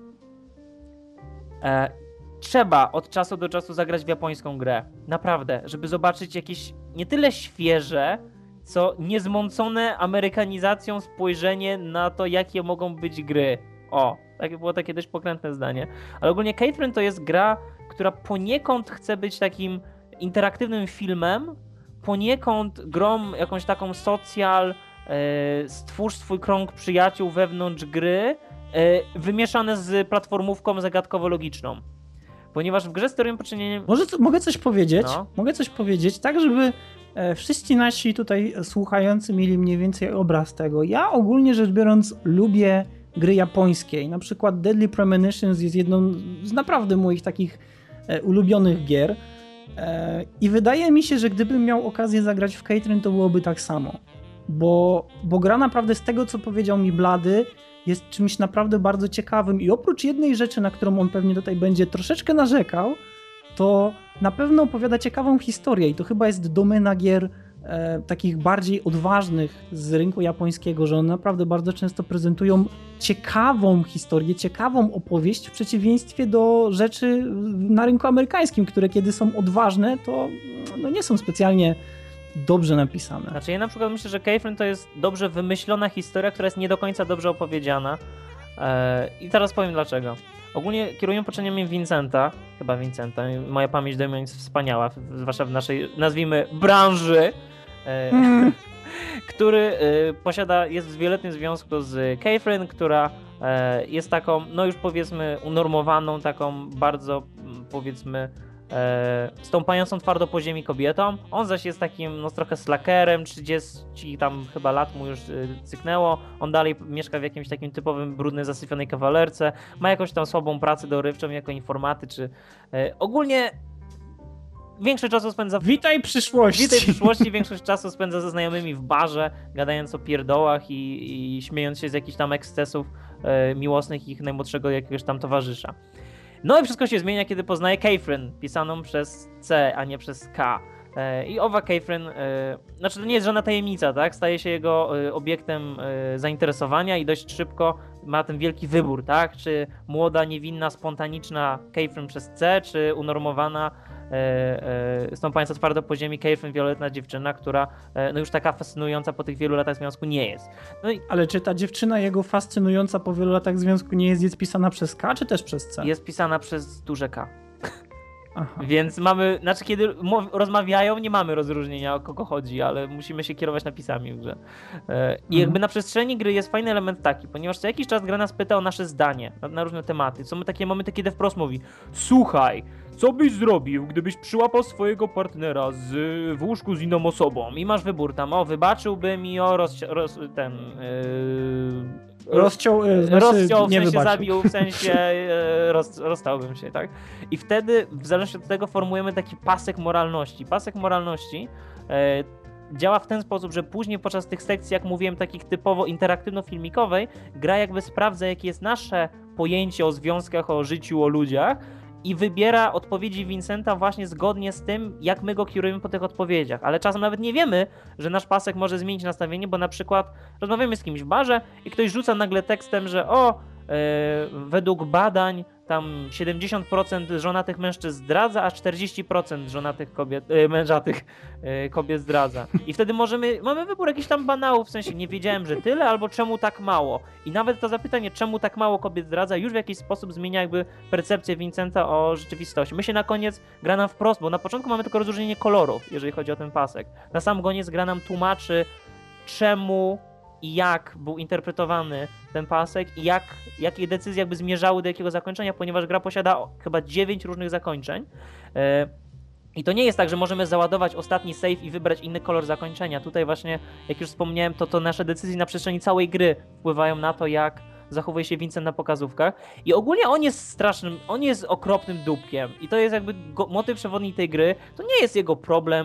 trzeba od czasu do czasu zagrać w japońską grę. Naprawdę, żeby zobaczyć jakieś nie tyle świeże, co niezmącone amerykanizacją spojrzenie na to, jakie mogą być gry. O, takie było takie dość pokrętne zdanie. Ale ogólnie Catherine to jest gra, która poniekąd chce być takim interaktywnym filmem, poniekąd grą jakąś taką social, stwórz swój krąg przyjaciół wewnątrz gry, wymieszane z platformówką zagadkowo-logiczną. Ponieważ w grze sterują poczynieniem... Mogę coś powiedzieć? No. Mogę coś powiedzieć, tak żeby wszyscy nasi tutaj słuchający mieli mniej więcej obraz tego. Ja ogólnie rzecz biorąc lubię gry japońskie i na przykład Deadly Premonitions jest jedną z naprawdę moich takich ulubionych gier i wydaje mi się, że gdybym miał okazję zagrać w Catherine, to byłoby tak samo. Bo gra naprawdę z tego, co powiedział mi Blady, jest czymś naprawdę bardzo ciekawym i oprócz jednej rzeczy, na którą on pewnie tutaj będzie troszeczkę narzekał, to na pewno opowiada ciekawą historię i to chyba jest domena gier takich bardziej odważnych z rynku japońskiego, że one naprawdę bardzo często prezentują ciekawą historię, ciekawą opowieść w przeciwieństwie do rzeczy na rynku amerykańskim, które kiedy są odważne, to no, nie są specjalnie dobrze napisane. Znaczy ja na przykład myślę, że Catherine to jest dobrze wymyślona historia, która jest nie do końca dobrze opowiedziana. I teraz powiem dlaczego. Ogólnie kierują poczynaniami Vincenta, chyba Vincenta, moja pamięć do imienia jest wspaniała, zwłaszcza w naszej, nazwijmy, branży, który jest w wieloletnim związku z Catherine, która jest taką, no już powiedzmy unormowaną, taką bardzo powiedzmy stąpającą twardo po ziemi kobietą. On zaś jest takim no trochę slackerem, 30 tam chyba lat mu już cyknęło. On dalej mieszka w jakimś takim typowym brudnej, zasypionej kawalerce. Ma jakąś tam słabą pracę dorywczą jako informaty, czy ogólnie większość czasu spędza Witaj przyszłości. Witaj przyszłości, większość czasu spędza ze znajomymi w barze, gadając o pierdołach i śmiejąc się z jakichś tam ekscesów miłosnych ich najmłodszego jakiegoś tam towarzysza. No i wszystko się zmienia, kiedy poznaje Catherine, pisaną przez C, a nie przez K. I owa Catherine, znaczy to nie jest żadna tajemnica, tak? Staje się jego obiektem zainteresowania i dość szybko ma ten wielki wybór, tak? Czy młoda, niewinna, spontaniczna Catherine przez C, czy unormowana, stąpająca twardo po ziemi Catherine, wieloletnia dziewczyna, która no już taka fascynująca po tych wielu latach związku nie jest. No i ale czy ta dziewczyna jego fascynująca po wielu latach związku nie jest pisana przez K, czy też przez C? jest pisana przez duże K. Aha. Więc mamy, znaczy kiedy rozmawiają, nie mamy rozróżnienia o kogo chodzi, ale musimy się kierować napisami w grze. I jakby na przestrzeni gry jest fajny element taki, ponieważ co jakiś czas gra nas pyta o nasze zdanie na różne tematy. Są takie momenty, kiedy wprost mówi: słuchaj, co byś zrobił, gdybyś przyłapał swojego partnera w łóżku z inną osobą i masz wybór tam, o wybaczyłbym i o Rozciął, w nie sensie wybaczył. zabił, w sensie rozstałbym się, tak? I wtedy, w zależności od tego, formujemy taki pasek moralności. Pasek moralności działa w ten sposób, że później podczas tych sekcji, jak mówiłem, takich typowo interaktywno-filmikowej, gra jakby sprawdza, jakie jest nasze pojęcie o związkach, o życiu, o ludziach i wybiera odpowiedzi Vincenta właśnie zgodnie z tym, jak my go kierujemy po tych odpowiedziach. Ale czasem nawet nie wiemy, że nasz pasek może zmienić nastawienie, bo na przykład rozmawiamy z kimś w barze i ktoś rzuca nagle tekstem, że według badań tam 70% żonatych mężczyzn zdradza, a 40% żonatych kobiet, mężatych kobiet zdradza. I wtedy mamy wybór jakichś tam banałów, w sensie nie wiedziałem, że tyle, albo czemu tak mało. I nawet to zapytanie, czemu tak mało kobiet zdradza, już w jakiś sposób zmienia jakby percepcję Vincenta o rzeczywistości. My się na koniec gra nam wprost, bo na początku mamy tylko rozróżnienie kolorów, jeżeli chodzi o ten pasek. Na sam koniec gra nam tłumaczy, czemu i jak był interpretowany ten pasek i jakie decyzje jakby zmierzały do jakiego zakończenia, ponieważ gra posiada chyba 9 różnych zakończeń. I to nie jest tak, że możemy załadować ostatni save i wybrać inny kolor zakończenia. Tutaj właśnie, jak już wspomniałem, to nasze decyzje na przestrzeni całej gry wpływają na to, jak zachowuje się Vincent na pokazówkach. I ogólnie on jest strasznym, on jest okropnym dupkiem. I to jest jakby motyw przewodni tej gry. To nie jest jego problem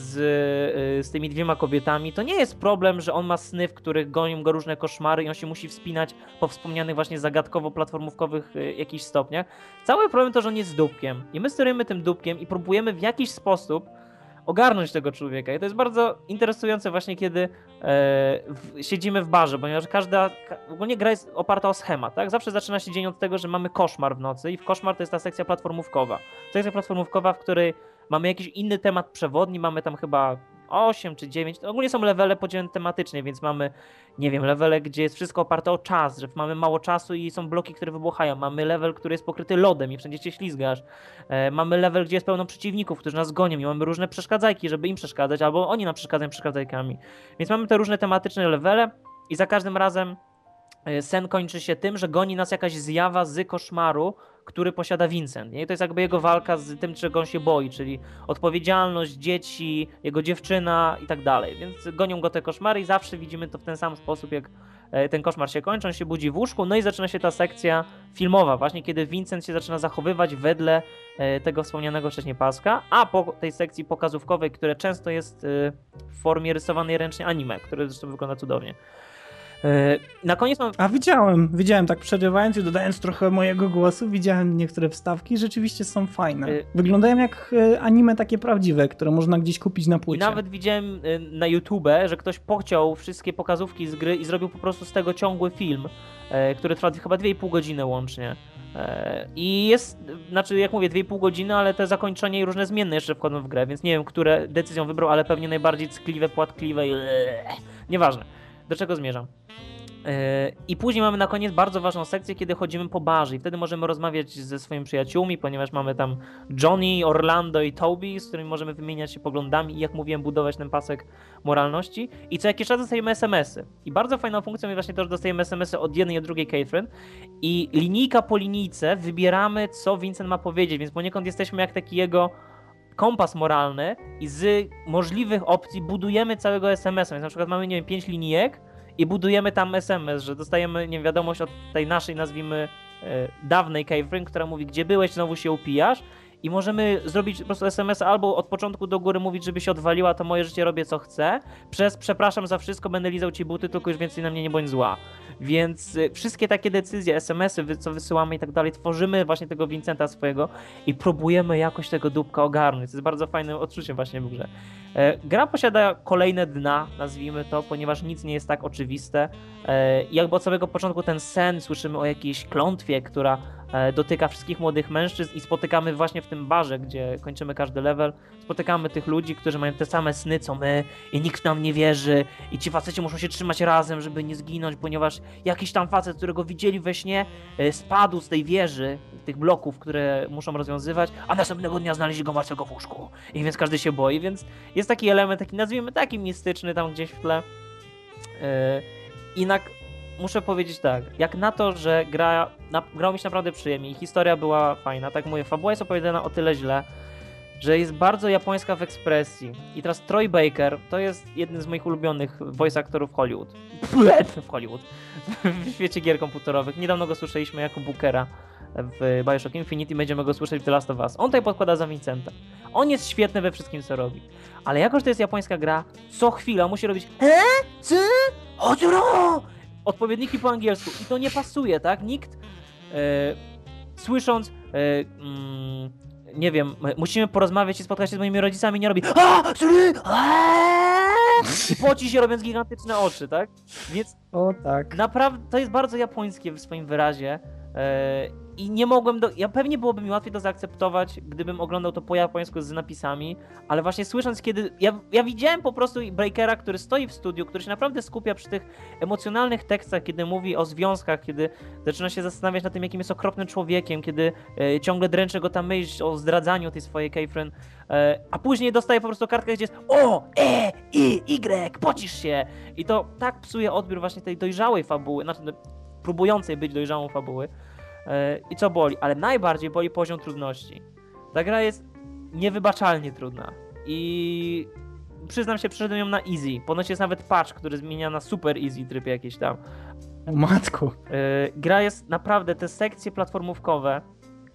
z tymi 2 kobietami. To nie jest problem, że on ma sny, w których gonią go różne koszmary i on się musi wspinać po wspomnianych właśnie zagadkowo-platformówkowych jakichś stopniach. Cały problem to, że on jest dupkiem. I my sterujemy tym dupkiem i próbujemy w jakiś sposób ogarnąć tego człowieka. I to jest bardzo interesujące właśnie, kiedy siedzimy w barze, ponieważ ogólnie gra jest oparta o schemat, tak? Zawsze zaczyna się dzień od tego, że mamy koszmar w nocy i w koszmar to jest ta sekcja platformówkowa. Sekcja platformówkowa, w której mamy jakiś inny temat przewodni, mamy tam chyba 8 czy 9, to ogólnie są levele podzielone tematycznie, więc mamy, nie wiem, levele, gdzie jest wszystko oparte o czas, że mamy mało czasu i są bloki, które wybuchają, mamy level, który jest pokryty lodem i wszędzie cię ślizgasz, mamy level, gdzie jest pełno przeciwników, którzy nas gonią i mamy różne przeszkadzajki, żeby im przeszkadzać, albo oni nam przeszkadzają przeszkadzajkami, więc mamy te różne tematyczne levele i za każdym razem sen kończy się tym, że goni nas jakaś zjawa z koszmaru, który posiada Vincent. Nie? I to jest jakby jego walka z tym, czego on się boi, czyli odpowiedzialność, dzieci, jego dziewczyna i tak dalej. Więc gonią go te koszmary i zawsze widzimy to w ten sam sposób, jak ten koszmar się kończy, on się budzi w łóżku, no i zaczyna się ta sekcja filmowa, właśnie kiedy Vincent się zaczyna zachowywać wedle tego wspomnianego wcześniej paska, a po tej sekcji pokazówkowej, która często jest w formie rysowanej ręcznie anime, które zresztą wygląda cudownie. Na koniec mam... A widziałem tak przerywając i dodając trochę mojego głosu, widziałem niektóre wstawki, rzeczywiście są fajne. Wyglądają jak anime takie prawdziwe, które można gdzieś kupić na I płycie. nawet widziałem na YouTube, że ktoś pociął wszystkie pokazówki z gry i zrobił po prostu z tego ciągły film, który trwa chyba 2,5 godziny łącznie. I jest, znaczy jak mówię 2,5 godziny, ale te zakończenia i różne zmienne jeszcze wchodzą w grę, więc nie wiem, które decyzją wybrał, ale pewnie najbardziej ckliwe, płatkliwe i nieważne. Do czego zmierzam? I później mamy na koniec bardzo ważną sekcję, kiedy chodzimy po barze i wtedy możemy rozmawiać ze swoimi przyjaciółmi, ponieważ mamy tam Johnny, Orlando i Toby, z którymi możemy wymieniać się poglądami i jak mówiłem, budować ten pasek moralności. I co jakiś czas dostajemy SMS-y. I bardzo fajną funkcją jest właśnie to, że dostajemy SMS-y od jednej i od drugiej Catherine i linijka po linijce wybieramy, co Vincent ma powiedzieć, więc poniekąd jesteśmy jak taki jego kompas moralny i z możliwych opcji budujemy całego SMS-a, więc na przykład mamy, nie wiem, 5 linijek i budujemy tam SMS, że dostajemy, nie wiem, wiadomość od tej naszej, nazwijmy, dawnej Catherine, która mówi, gdzie byłeś, znowu się upijasz i możemy zrobić po prostu SMS albo od początku do góry mówić, żeby się odwaliła, to moje życie robię co chcę, przez przepraszam za wszystko, będę lizał ci buty, tylko już więcej na mnie nie bądź zła. Więc wszystkie takie decyzje, SMS-y, co wysyłamy i tak dalej, tworzymy właśnie tego Vincenta swojego i próbujemy jakoś tego dupka ogarnąć. To jest bardzo fajnym odczuciem właśnie w grze. Gra posiada kolejne dna, nazwijmy to, ponieważ nic nie jest tak oczywiste. I jakby od samego początku ten sen, słyszymy o jakiejś klątwie, która dotyka wszystkich młodych mężczyzn i spotykamy właśnie w tym barze, gdzie kończymy każdy level, spotykamy tych ludzi, którzy mają te same sny co my i nikt nam nie wierzy i ci faceci muszą się trzymać razem, żeby nie zginąć, ponieważ jakiś tam facet, którego widzieli we śnie, spadł z tej wieży, tych bloków, które muszą rozwiązywać, a następnego dnia znaleźli go martwego w łóżku i więc każdy się boi, więc jest taki element, taki nazwijmy taki mistyczny tam gdzieś w tle. Jednak muszę powiedzieć tak, jak na to, że grało mi się naprawdę przyjemnie i historia była fajna, tak mówię, fabuła jest opowiadana o tyle źle, że jest bardzo japońska w ekspresji. I teraz Troy Baker to jest jeden z moich ulubionych voice aktorów w Hollywood, w świecie gier komputerowych. Niedawno go słyszeliśmy jako Bookera w Bioshock Infinite i będziemy go słyszeć w The Last of Us. On tutaj podkłada za Vincenta. On jest świetny we wszystkim, co robi. Ale jako, że to jest japońska gra, co chwila musi robić odpowiedniki po angielsku i to nie pasuje, tak? Nikt słysząc nie wiem, musimy porozmawiać i spotkać się z moimi rodzicami, nie robi I poci się robiąc gigantyczne oczy, tak? Więc O tak. naprawdę to jest bardzo japońskie w swoim wyrazie. I nie mogłem. Ja pewnie byłoby mi łatwiej to zaakceptować, gdybym oglądał to po japońsku z napisami, ale właśnie słysząc, kiedy. Ja widziałem po prostu Breakera, który stoi w studiu, który się naprawdę skupia przy tych emocjonalnych tekstach, kiedy mówi o związkach, kiedy zaczyna się zastanawiać nad tym, jakim jest okropnym człowiekiem, kiedy ciągle dręczy go ta myśl o zdradzaniu tej swojej Kayfren, a później dostaje po prostu kartkę, gdzie jest O, E, I, Y, pocisz się! I to tak psuje odbiór właśnie tej dojrzałej fabuły, znaczy próbującej być dojrzałą fabuły. I co boli? Ale najbardziej boli poziom trudności. Ta gra jest niewybaczalnie trudna. I przyznam się, przeszedłem ją na easy. Ponoć jest nawet patch, który zmienia na super easy tryb jakiś tam. O matko. Gra jest naprawdę, te sekcje platformówkowe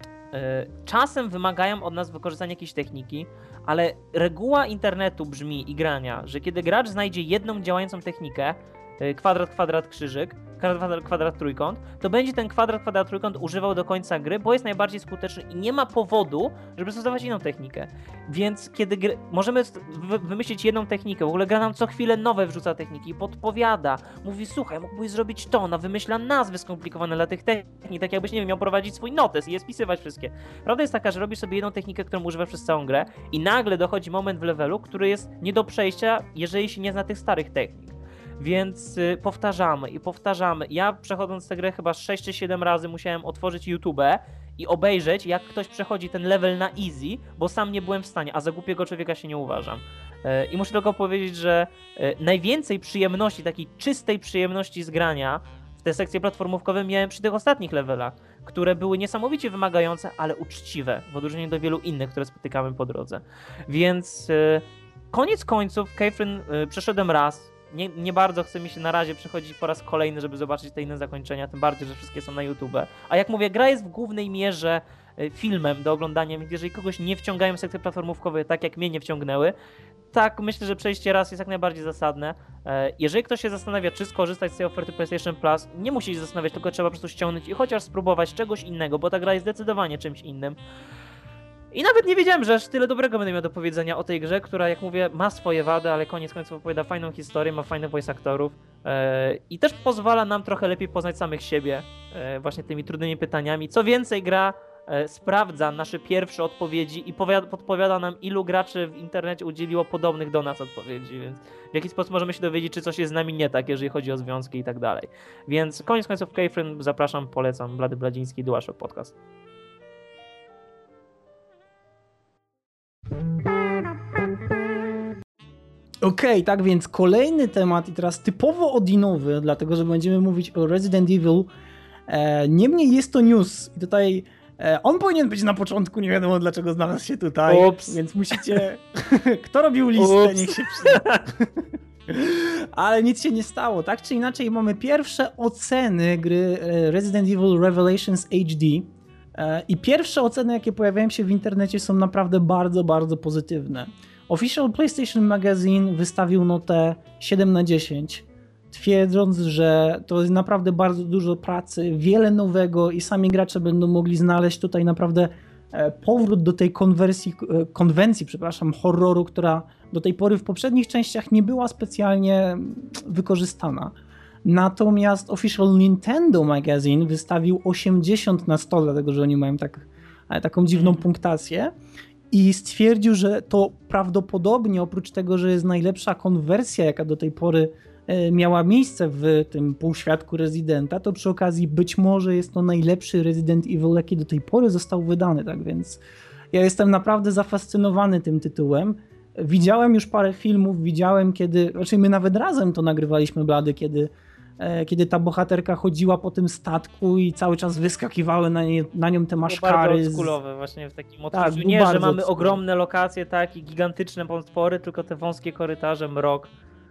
czasem wymagają od nas wykorzystania jakiejś techniki, ale reguła internetu brzmi i grania, że kiedy gracz znajdzie jedną działającą technikę, kwadrat, kwadrat, krzyżyk, kwadrat, kwadrat, trójkąt, to będzie ten kwadrat, kwadrat, trójkąt używał do końca gry, bo jest najbardziej skuteczny i nie ma powodu, żeby stosować inną technikę. Więc kiedy możemy wymyślić jedną technikę, w ogóle gra nam co chwilę nowe wrzuca techniki, podpowiada, mówi słuchaj, mógłbyś zrobić to, ona wymyśla nazwy skomplikowane dla tych technik, tak jakbyś, nie wiem, miał prowadzić swój notes i je spisywać wszystkie. Prawda jest taka, że robisz sobie jedną technikę, którą używasz przez całą grę i nagle dochodzi moment w levelu, który jest nie do przejścia, jeżeli się nie zna tych starych technik. Więc powtarzamy i powtarzamy. Ja przechodząc tę grę chyba 6 czy 7 razy musiałem otworzyć YouTube i obejrzeć, jak ktoś przechodzi ten level na easy, bo sam nie byłem w stanie, a za głupiego człowieka się nie uważam. I muszę tylko powiedzieć, że najwięcej przyjemności, takiej czystej przyjemności z grania w te sekcje platformówkowe miałem przy tych ostatnich levelach, które były niesamowicie wymagające, ale uczciwe, w odróżnieniu do wielu innych, które spotykamy po drodze. Więc koniec końców Kayfren przeszedłem raz. Nie bardzo chce mi się na razie przechodzić po raz kolejny, żeby zobaczyć te inne zakończenia, tym bardziej, że wszystkie są na YouTube. A jak mówię, gra jest w głównej mierze filmem do oglądania, więc jeżeli kogoś nie wciągają sekcje platformówkowe tak jak mnie nie wciągnęły, tak myślę, że przejście raz jest jak najbardziej zasadne. Jeżeli ktoś się zastanawia, czy skorzystać z tej oferty PlayStation Plus, nie musi się zastanawiać, tylko trzeba po prostu ściągnąć i chociaż spróbować czegoś innego, bo ta gra jest zdecydowanie czymś innym. I nawet nie wiedziałem, że aż tyle dobrego będę miał do powiedzenia o tej grze, która, jak mówię, ma swoje wady, ale koniec końców opowiada fajną historię, ma fajnych voice aktorów i też pozwala nam trochę lepiej poznać samych siebie właśnie tymi trudnymi pytaniami. Co więcej, gra sprawdza nasze pierwsze odpowiedzi i podpowiada nam, ilu graczy w internecie udzieliło podobnych do nas odpowiedzi, więc w jaki sposób możemy się dowiedzieć, czy coś jest z nami nie tak, jeżeli chodzi o związki i tak dalej. Więc koniec końców Kayfren, zapraszam, polecam, Blady Bladziński, DualShock Podcast. Okej, tak więc kolejny temat i teraz typowo odinowy, dlatego że będziemy mówić o Resident Evil. Niemniej jest to news i tutaj on powinien być na początku, nie wiadomo dlaczego znalazł się tutaj, więc musicie... Kto robił listę, niech się przyda. Ale nic się nie stało, tak czy inaczej mamy pierwsze oceny gry Resident Evil Revelations HD i pierwsze oceny, jakie pojawiają się w internecie, są naprawdę bardzo, bardzo pozytywne. Official PlayStation Magazine wystawił notę 7/10, twierdząc, że to jest naprawdę bardzo dużo pracy, wiele nowego i sami gracze będą mogli znaleźć tutaj naprawdę powrót do tej konwencji, horroru, która do tej pory w poprzednich częściach nie była specjalnie wykorzystana. Natomiast Official Nintendo Magazine wystawił 80 na 100, dlatego że oni mają taką dziwną punktację. I stwierdził, że to prawdopodobnie oprócz tego, że jest najlepsza konwersja, jaka do tej pory miała miejsce w tym półświadku Residenta, to przy okazji być może jest to najlepszy Resident Evil, jaki do tej pory został wydany. Tak więc ja jestem naprawdę zafascynowany tym tytułem. Widziałem już parę filmów, my nawet razem to nagrywaliśmy, Blady, kiedy ta bohaterka chodziła po tym statku i cały czas wyskakiwały na nią te maszkary. Bardzo oldschoolowe właśnie w takim odczuciu. Tak, nie, że mamy ogromne lokacje, tak, i gigantyczne potwory, tylko te wąskie korytarze, mrok.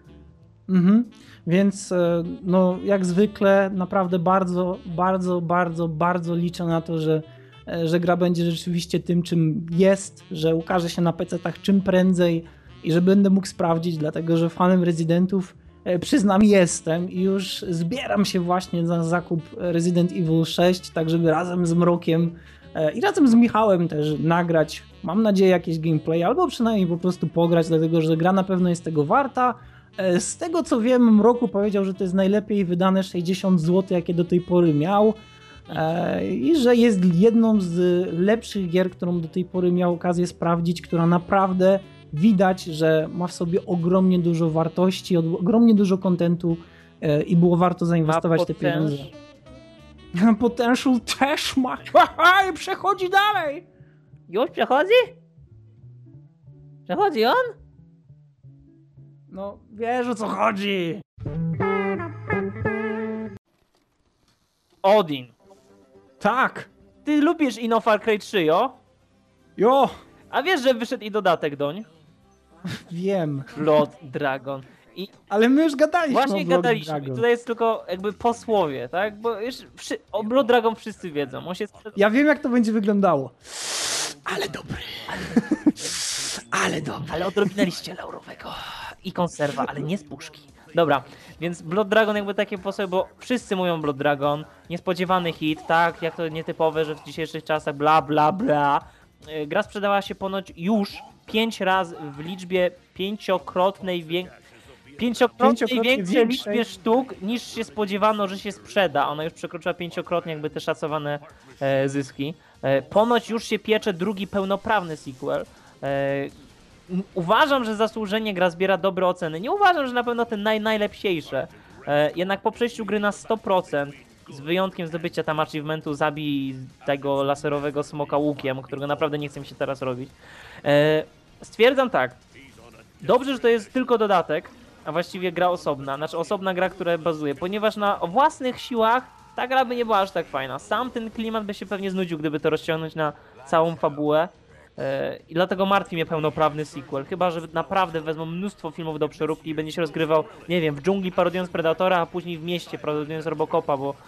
Więc no jak zwykle naprawdę bardzo, bardzo, bardzo, bardzo liczę na to, że gra będzie rzeczywiście tym, czym jest, że ukaże się na PC-tach czym prędzej i że będę mógł sprawdzić, dlatego że fanem Residentów przyznam jestem i już zbieram się właśnie na zakup Resident Evil 6, tak żeby razem z Mrokiem i razem z Michałem też nagrać, mam nadzieję, jakieś gameplay albo przynajmniej po prostu pograć, dlatego że gra na pewno jest tego warta, Z tego co wiem, Mroku powiedział, że to jest najlepiej wydane 60 zł, jakie do tej pory miał. I że jest jedną z lepszych gier, którą do tej pory miał okazję sprawdzić, która naprawdę widać, że ma w sobie ogromnie dużo wartości, ogromnie dużo kontentu i było warto zainwestować te pieniądze. Potential też ma. I przechodzi dalej. Już przechodzi? Przechodzi on? No, wiesz o co chodzi. Odin. Tak. Ty lubisz Ino Far Cry 3, jo? Jo, A wiesz, że wyszedł i dodatek doń? wiem. Blood Dragon. I Ale my już gadaliśmy właśnie o Blood gadaliśmy. Dragon. I tutaj jest tylko jakby posłowie, tak? Bo już o Blood Dragon wszyscy wiedzą. On się Ja wiem, jak to będzie wyglądało. Ale dobry. Ale dobry. Ale odrobinę liście laurowego i konserwa, ale nie z puszki. Dobra, więc Blood Dragon jakby takie posłowie, bo wszyscy mówią Blood Dragon, niespodziewany hit, tak, jak to nietypowe, że w dzisiejszych czasach bla bla bla. Gra sprzedała się ponoć już 5 razy w liczbie pięciokrotnej większej większej. liczbie sztuk niż się spodziewano, że się sprzeda. Ona już przekroczyła pięciokrotnie jakby te szacowane zyski. Ponoć już się piecze drugi pełnoprawny sequel. Uważam, że zasłużenie gra zbiera dobre oceny. Nie uważam, że na pewno te najlepsiejsze. Jednak po przejściu gry na 100%, z wyjątkiem zdobycia tam achievementu zabij tego laserowego smoka łukiem, którego naprawdę nie chce mi się teraz robić. Stwierdzam tak. Dobrze, że to jest tylko dodatek, a właściwie gra osobna. Znaczy osobna gra, która bazuje, ponieważ na własnych siłach ta gra by nie była aż tak fajna. Sam ten klimat by się pewnie znudził, gdyby to rozciągnąć na całą fabułę. I dlatego martwi mnie pełnoprawny sequel. Chyba, że naprawdę wezmą mnóstwo filmów do przeróbki i będzie się rozgrywał, nie wiem, w dżungli parodiując Predatora, a później w mieście parodiując Robocopa, bo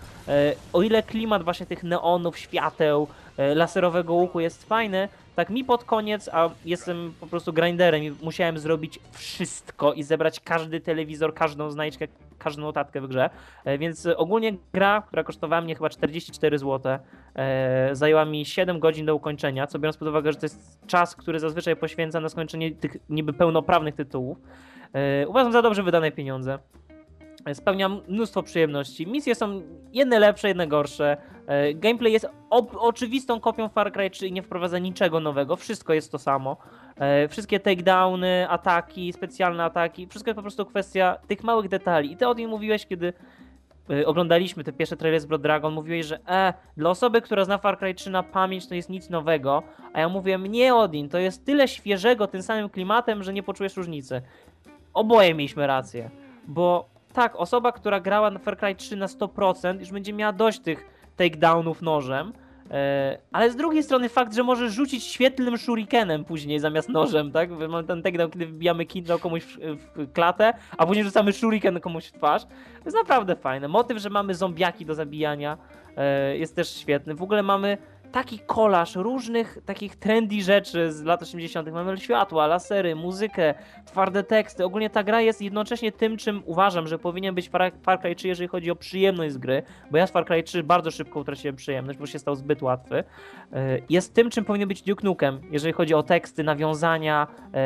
o ile klimat właśnie tych neonów, świateł, laserowego łuku jest fajny, tak mi pod koniec, a jestem po prostu grinderem i musiałem zrobić wszystko i zebrać każdy telewizor, każdą znajdźkę, każdą notatkę w grze. Więc ogólnie gra, która kosztowała mnie chyba 44 zł, zajęła mi 7 godzin do ukończenia, co biorąc pod uwagę, że to jest czas, który zazwyczaj poświęca na skończenie tych niby pełnoprawnych tytułów. Uważam za dobrze wydane pieniądze. Spełnia mnóstwo przyjemności. Misje są jedne lepsze, jedne gorsze. Gameplay jest oczywistą kopią Far Cry 3 i nie wprowadza niczego nowego. Wszystko jest to samo. Wszystkie takedowny, ataki, specjalne ataki, wszystko jest po prostu kwestia tych małych detali. I ty o tym mówiłeś, kiedy oglądaliśmy te pierwsze trailery z Blood Dragon, mówiłeś, że dla osoby, która zna Far Cry 3 na pamięć, to jest nic nowego, a ja mówię, nie Odin, to jest tyle świeżego tym samym klimatem, że nie poczujesz różnicy. Oboje mieliśmy rację, bo tak, osoba, która grała na Far Cry 3 na 100% już będzie miała dość tych takedownów nożem, ale z drugiej strony fakt, że możesz rzucić świetlnym shurikenem później zamiast nożem, tak? Mamy ten takedown, kiedy wbijamy kidnał komuś w klatę, a później rzucamy shuriken komuś w twarz. To jest naprawdę fajne. Motyw, że mamy zombiaki do zabijania jest też świetny. W ogóle mamy taki kolaż różnych takich trendy rzeczy z lat 80. Mamy światła, lasery, muzykę, twarde teksty. Ogólnie ta gra jest jednocześnie tym, czym uważam, że powinien być Far Cry 3, jeżeli chodzi o przyjemność z gry, bo ja z Far Cry 3 bardzo szybko utraciłem przyjemność, bo się stał zbyt łatwy. Jest tym, czym powinien być Duke Nukem, jeżeli chodzi o teksty, nawiązania,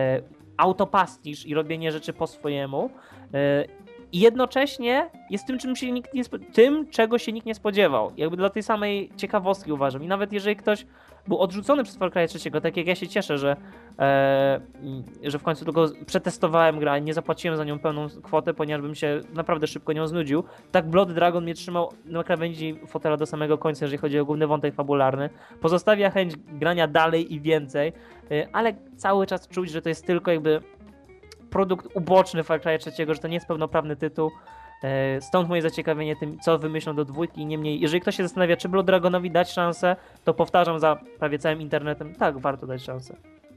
autopastisz i robienie rzeczy po swojemu. I jednocześnie jest tym, czego się nikt nie spodziewał. Jakby dla tej samej ciekawostki uważam. I nawet jeżeli ktoś był odrzucony przez Far Cry 3, tak jak ja się cieszę, że w końcu tylko przetestowałem grę i nie zapłaciłem za nią pełną kwotę, ponieważ bym się naprawdę szybko nią znudził. Tak Blood Dragon mnie trzymał na krawędzi fotela do samego końca, jeżeli chodzi o główny wątek fabularny. Pozostawia chęć grania dalej i więcej, ale cały czas czuć, że to jest tylko jakby produkt uboczny Far Cry 3, że to nie jest pełnoprawny tytuł. Stąd moje zaciekawienie tym, co wymyślą do dwójki. Niemniej, jeżeli ktoś się zastanawia, czy Blood Dragonowi dać szansę, to powtarzam za prawie całym internetem, tak, warto dać szansę.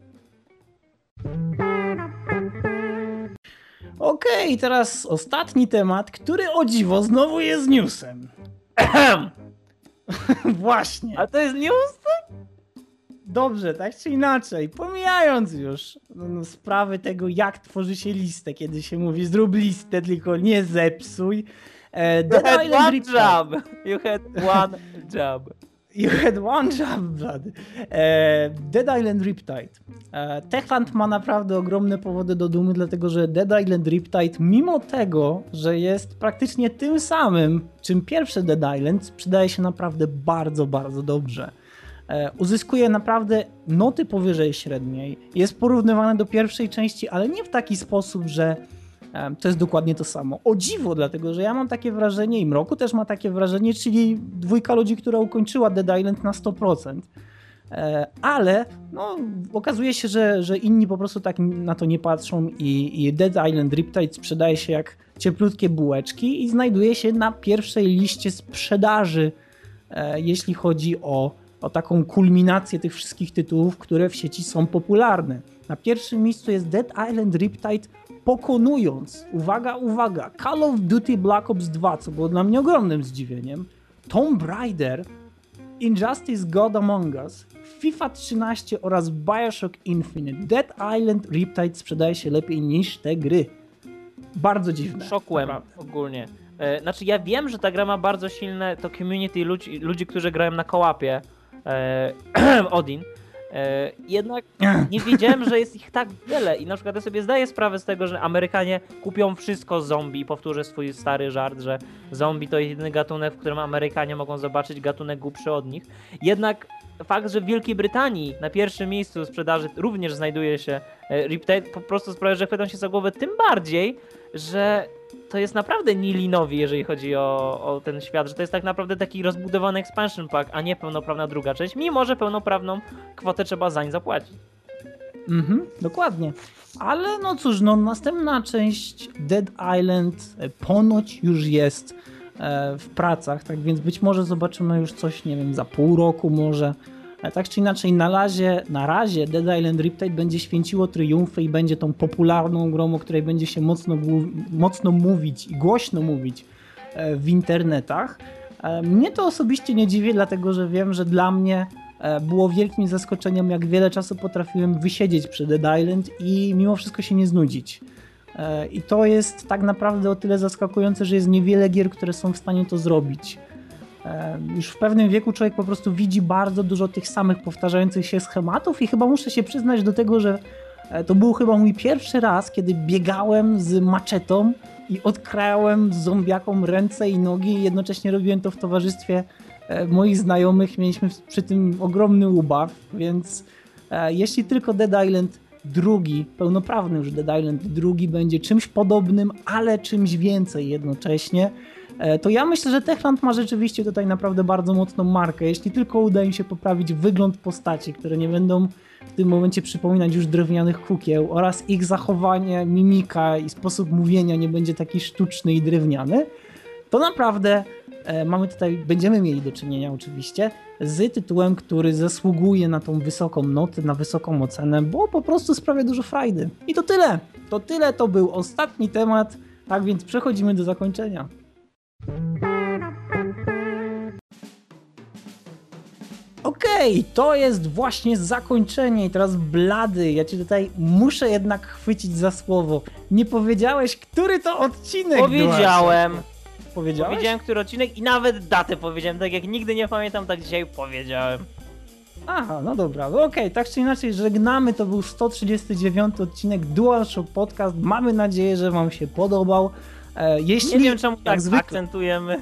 Okej, teraz ostatni temat, który o dziwo znowu jest newsem. Właśnie. A to jest news? Dobrze, tak czy inaczej, pomijając już sprawy tego, jak tworzy się listę, kiedy się mówi zrób listę, tylko nie zepsuj. You had one job. You had one job. You had one job, bloody. Dead Island Riptide. Techland ma naprawdę ogromne powody do dumy, dlatego że Dead Island Riptide, mimo tego, że jest praktycznie tym samym, czym pierwsze Dead Island, sprzedaje się naprawdę bardzo, bardzo dobrze. Uzyskuje naprawdę noty powyżej średniej. Jest porównywane do pierwszej części, ale nie w taki sposób, że to jest dokładnie to samo. O dziwo, dlatego że ja mam takie wrażenie i Mroku też ma takie wrażenie, czyli dwójka ludzi, która ukończyła Dead Island na 100%. Ale no, okazuje się, że inni po prostu tak na to nie patrzą i Dead Island Riptide sprzedaje się jak cieplutkie bułeczki i znajduje się na pierwszej liście sprzedaży, jeśli chodzi o taką kulminację tych wszystkich tytułów, które w sieci są popularne. Na pierwszym miejscu jest Dead Island Riptide, pokonując, uwaga, uwaga, Call of Duty Black Ops 2, co było dla mnie ogromnym zdziwieniem, Tomb Raider, Injustice God Among Us, FIFA 13 oraz Bioshock Infinite. Dead Island Riptide sprzedaje się lepiej niż te gry. Bardzo dziwne. Szokłem naprawdę. ogólnie. Znaczy ja wiem, że ta gra ma bardzo silne to community ludzi, którzy grają na kołapie Odin. Jednak nie wiedziałem, że jest ich tak wiele i na przykład ja sobie zdaję sprawę z tego, że Amerykanie kupią wszystko z zombie. Powtórzę swój stary żart, że zombie to jest jedyny gatunek, w którym Amerykanie mogą zobaczyć gatunek głupszy od nich. Jednak fakt, że w Wielkiej Brytanii na pierwszym miejscu sprzedaży również znajduje się Riptide, po prostu sprawia, że chwytam się za głowę, tym bardziej, że to jest naprawdę Nilinowi, jeżeli chodzi o ten świat, że to jest tak naprawdę taki rozbudowany expansion pack, a nie pełnoprawna druga część, mimo że pełnoprawną kwotę trzeba zań zapłacić. Dokładnie. Ale no cóż, no następna część Dead Island ponoć już jest w pracach, tak więc być może zobaczymy już coś, nie wiem, za pół roku może. Tak czy inaczej, na razie Dead Island Riptide będzie święciło triumfy i będzie tą popularną grą, o której będzie się mocno mówić i głośno mówić w internetach. Mnie to osobiście nie dziwi, dlatego że wiem, że dla mnie było wielkim zaskoczeniem, jak wiele czasu potrafiłem wysiedzieć przy Dead Island i mimo wszystko się nie znudzić. I to jest tak naprawdę o tyle zaskakujące, że jest niewiele gier, które są w stanie to zrobić. Już w pewnym wieku człowiek po prostu widzi bardzo dużo tych samych powtarzających się schematów i chyba muszę się przyznać do tego, że to był chyba mój pierwszy raz, kiedy biegałem z maczetą i odkrajałem zombiakom ręce i nogi i jednocześnie robiłem to w towarzystwie moich znajomych. Mieliśmy przy tym ogromny ubaw, więc jeśli tylko Dead Island drugi, pełnoprawny już Dead Island drugi będzie czymś podobnym, ale czymś więcej jednocześnie, to ja myślę, że Techland ma rzeczywiście tutaj naprawdę bardzo mocną markę. Jeśli tylko uda im się poprawić wygląd postaci, które nie będą w tym momencie przypominać już drewnianych kukieł oraz ich zachowanie, mimika i sposób mówienia nie będzie taki sztuczny i drewniany, to naprawdę będziemy mieli do czynienia oczywiście z tytułem, który zasługuje na tą wysoką notę, na wysoką ocenę, bo po prostu sprawia dużo frajdy. I to tyle. To był ostatni temat, tak więc przechodzimy do zakończenia. Okej, to jest właśnie zakończenie i teraz blady, ja cię tutaj muszę jednak chwycić za słowo. Nie powiedziałeś, który to odcinek? Powiedziałem. Powiedziałeś? Powiedziałem, który odcinek i nawet datę powiedziałem, tak jak nigdy nie pamiętam, tak dzisiaj powiedziałem. Aha, no dobra, okej, tak czy inaczej żegnamy, to był 139 odcinek DualShock Podcast, mamy nadzieję, że wam się podobał. Jeśli, Nie wiem czemu tak zwykle, akcentujemy.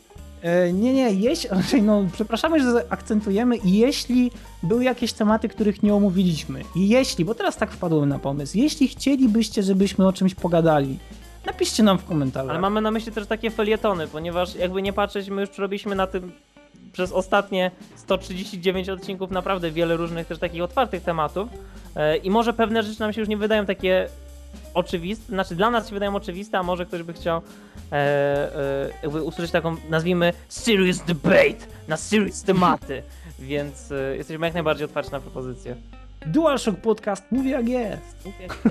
przepraszamy, że akcentujemy i jeśli były jakieś tematy, których nie omówiliśmy bo teraz tak wpadłem na pomysł, jeśli chcielibyście, żebyśmy o czymś pogadali, napiszcie nam w komentarzach. Ale mamy na myśli też takie felietony, ponieważ jakby nie patrzeć, my już przerobiliśmy na tym przez ostatnie 139 odcinków naprawdę wiele różnych też takich otwartych tematów i może pewne rzeczy nam się już nie wydają takie oczywiste, znaczy dla nas się wydają oczywiste, a może ktoś by chciał jakby usłyszeć taką, nazwijmy, serious debate na serious tematy, więc jesteśmy jak najbardziej otwarci na propozycje. DualShock Podcast mówi jak jest.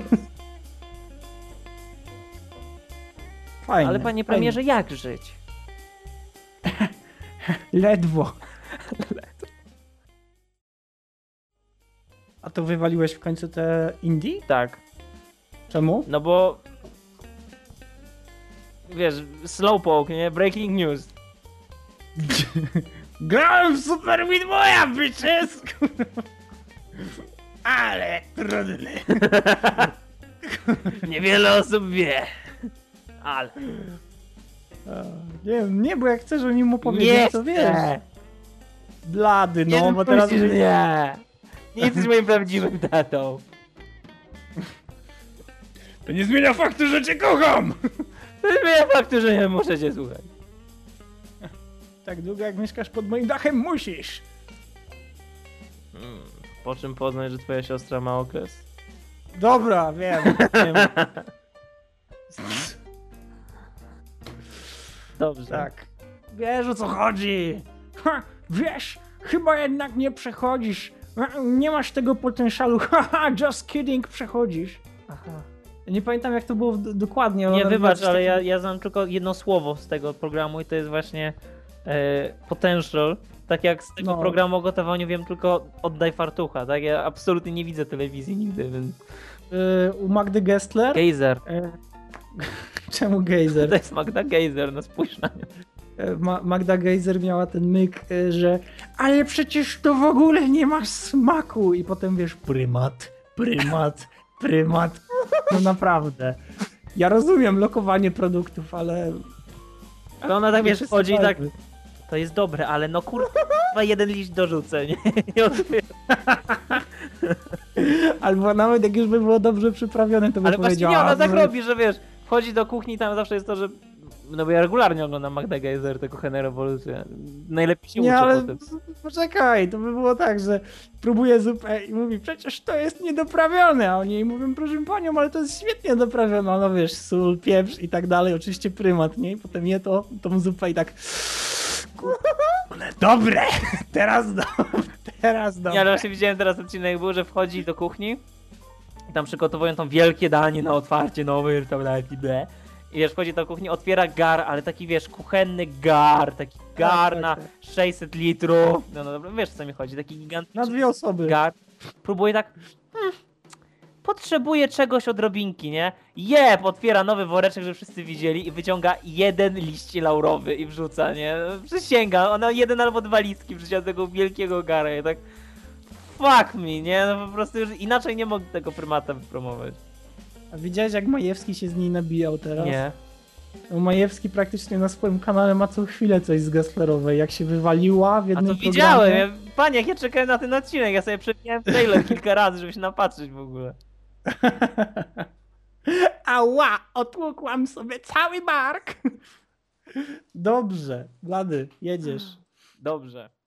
Fajnie. Ale panie premierze, jak żyć? Ledwo. A to wywaliłeś w końcu te indie? Tak. Czemu? No bo wiesz, slowpoke, nie? Breaking news. Grałem w Super Meat Boya, bitches! Ale trudny. Niewiele osób wie. Ale. Nie, bo jak chcesz o nim opowiedzieć, Nie to chcę. wiesz. Blady, Nie no, bo teraz... musisz, nie. Nie jesteś moim prawdziwym tatą. To nie zmienia faktu, że cię kocham! To nie zmienia faktu, że nie muszę cię słuchać. Tak długo jak mieszkasz pod moim dachem, musisz! Po czym poznać, że twoja siostra ma okres? Dobra, wiem. Dobrze. Tak. Wiesz, o co chodzi. Ha, wiesz, chyba jednak nie przechodzisz. Nie masz tego potencjału. Haha, just kidding, przechodzisz. Aha. Nie pamiętam jak to było dokładnie. ale Nie, ona wybacz, była ale coś takiego- ja znam tylko jedno słowo z tego programu i to jest właśnie potential. Tak jak z tego No. programu o gotowaniu wiem tylko oddaj fartucha, tak? Ja absolutnie nie widzę telewizji nigdy, więc... U Magdy Gessler. Gejzer. Czemu Gejzer? To jest Magda Gejzer, no spójrz na nią. Magda Gejzer miała ten myk, że ale przecież to w ogóle nie ma smaku. I potem wiesz, prymat. No naprawdę. Ja rozumiem lokowanie produktów, ale... Ale ona tak, nie wiesz, wszyscy wchodzi i tak, walczy. to jest dobre, ale no kurwa, jeden liść dorzucę, nie? Nie otwieram. Albo nawet jak już by było dobrze przyprawione, to by Ale właśnie powiedziała... nie, ona "A, tak może- robi, że wiesz, wchodzi do kuchni i tam zawsze jest to, że... No bo ja regularnie oglądam Magda Gejzer, tę kuchenę rewolucję. Najlepiej się Nie, uczę ale potem. poczekaj, to by było tak, że próbuje zupę i mówi, przecież to jest niedoprawione, a oni jej mówią, proszę panią, ale to jest świetnie doprawione, no wiesz, sól, pieprz i tak dalej, oczywiście prymat, nie? I potem je tą zupę i tak, kurde, dobre, teraz Nie, ale dobre. właśnie widziałem teraz odcinek był, że wchodzi do kuchni i tam przygotowują tam wielkie danie na otwarcie nowej restauracji, ble. I wiesz, wchodzi do kuchni, otwiera gar, ale taki wiesz, kuchenny gar, taki gar tak, na tak. 600 litrów. No dobra, wiesz o co mi chodzi, taki Na gigantyczny 2 osoby. gar. Próbuje tak, potrzebuje czegoś odrobinki, nie? Otwiera nowy woreczek, żeby wszyscy widzieli i wyciąga jeden liść laurowy i wrzuca, nie? Przysięga, ona jeden albo dwa listki wrzucia do tego wielkiego gara i tak fuck me, nie? No po prostu już inaczej nie mogę tego prymata wypromować. A widziałeś jak Majewski się z niej nabijał teraz? Nie. No, Majewski praktycznie na swoim kanale ma co chwilę coś z Gesslerowej, jak się wywaliła w A jednym to programie. widziałem, panie, jak ja czekałem na ten odcinek, ja sobie przewijałem trailer kilka razy, żeby się napatrzeć w ogóle. Ała, otłukłam sobie cały bark. Dobrze, Blady, jedziesz. Dobrze.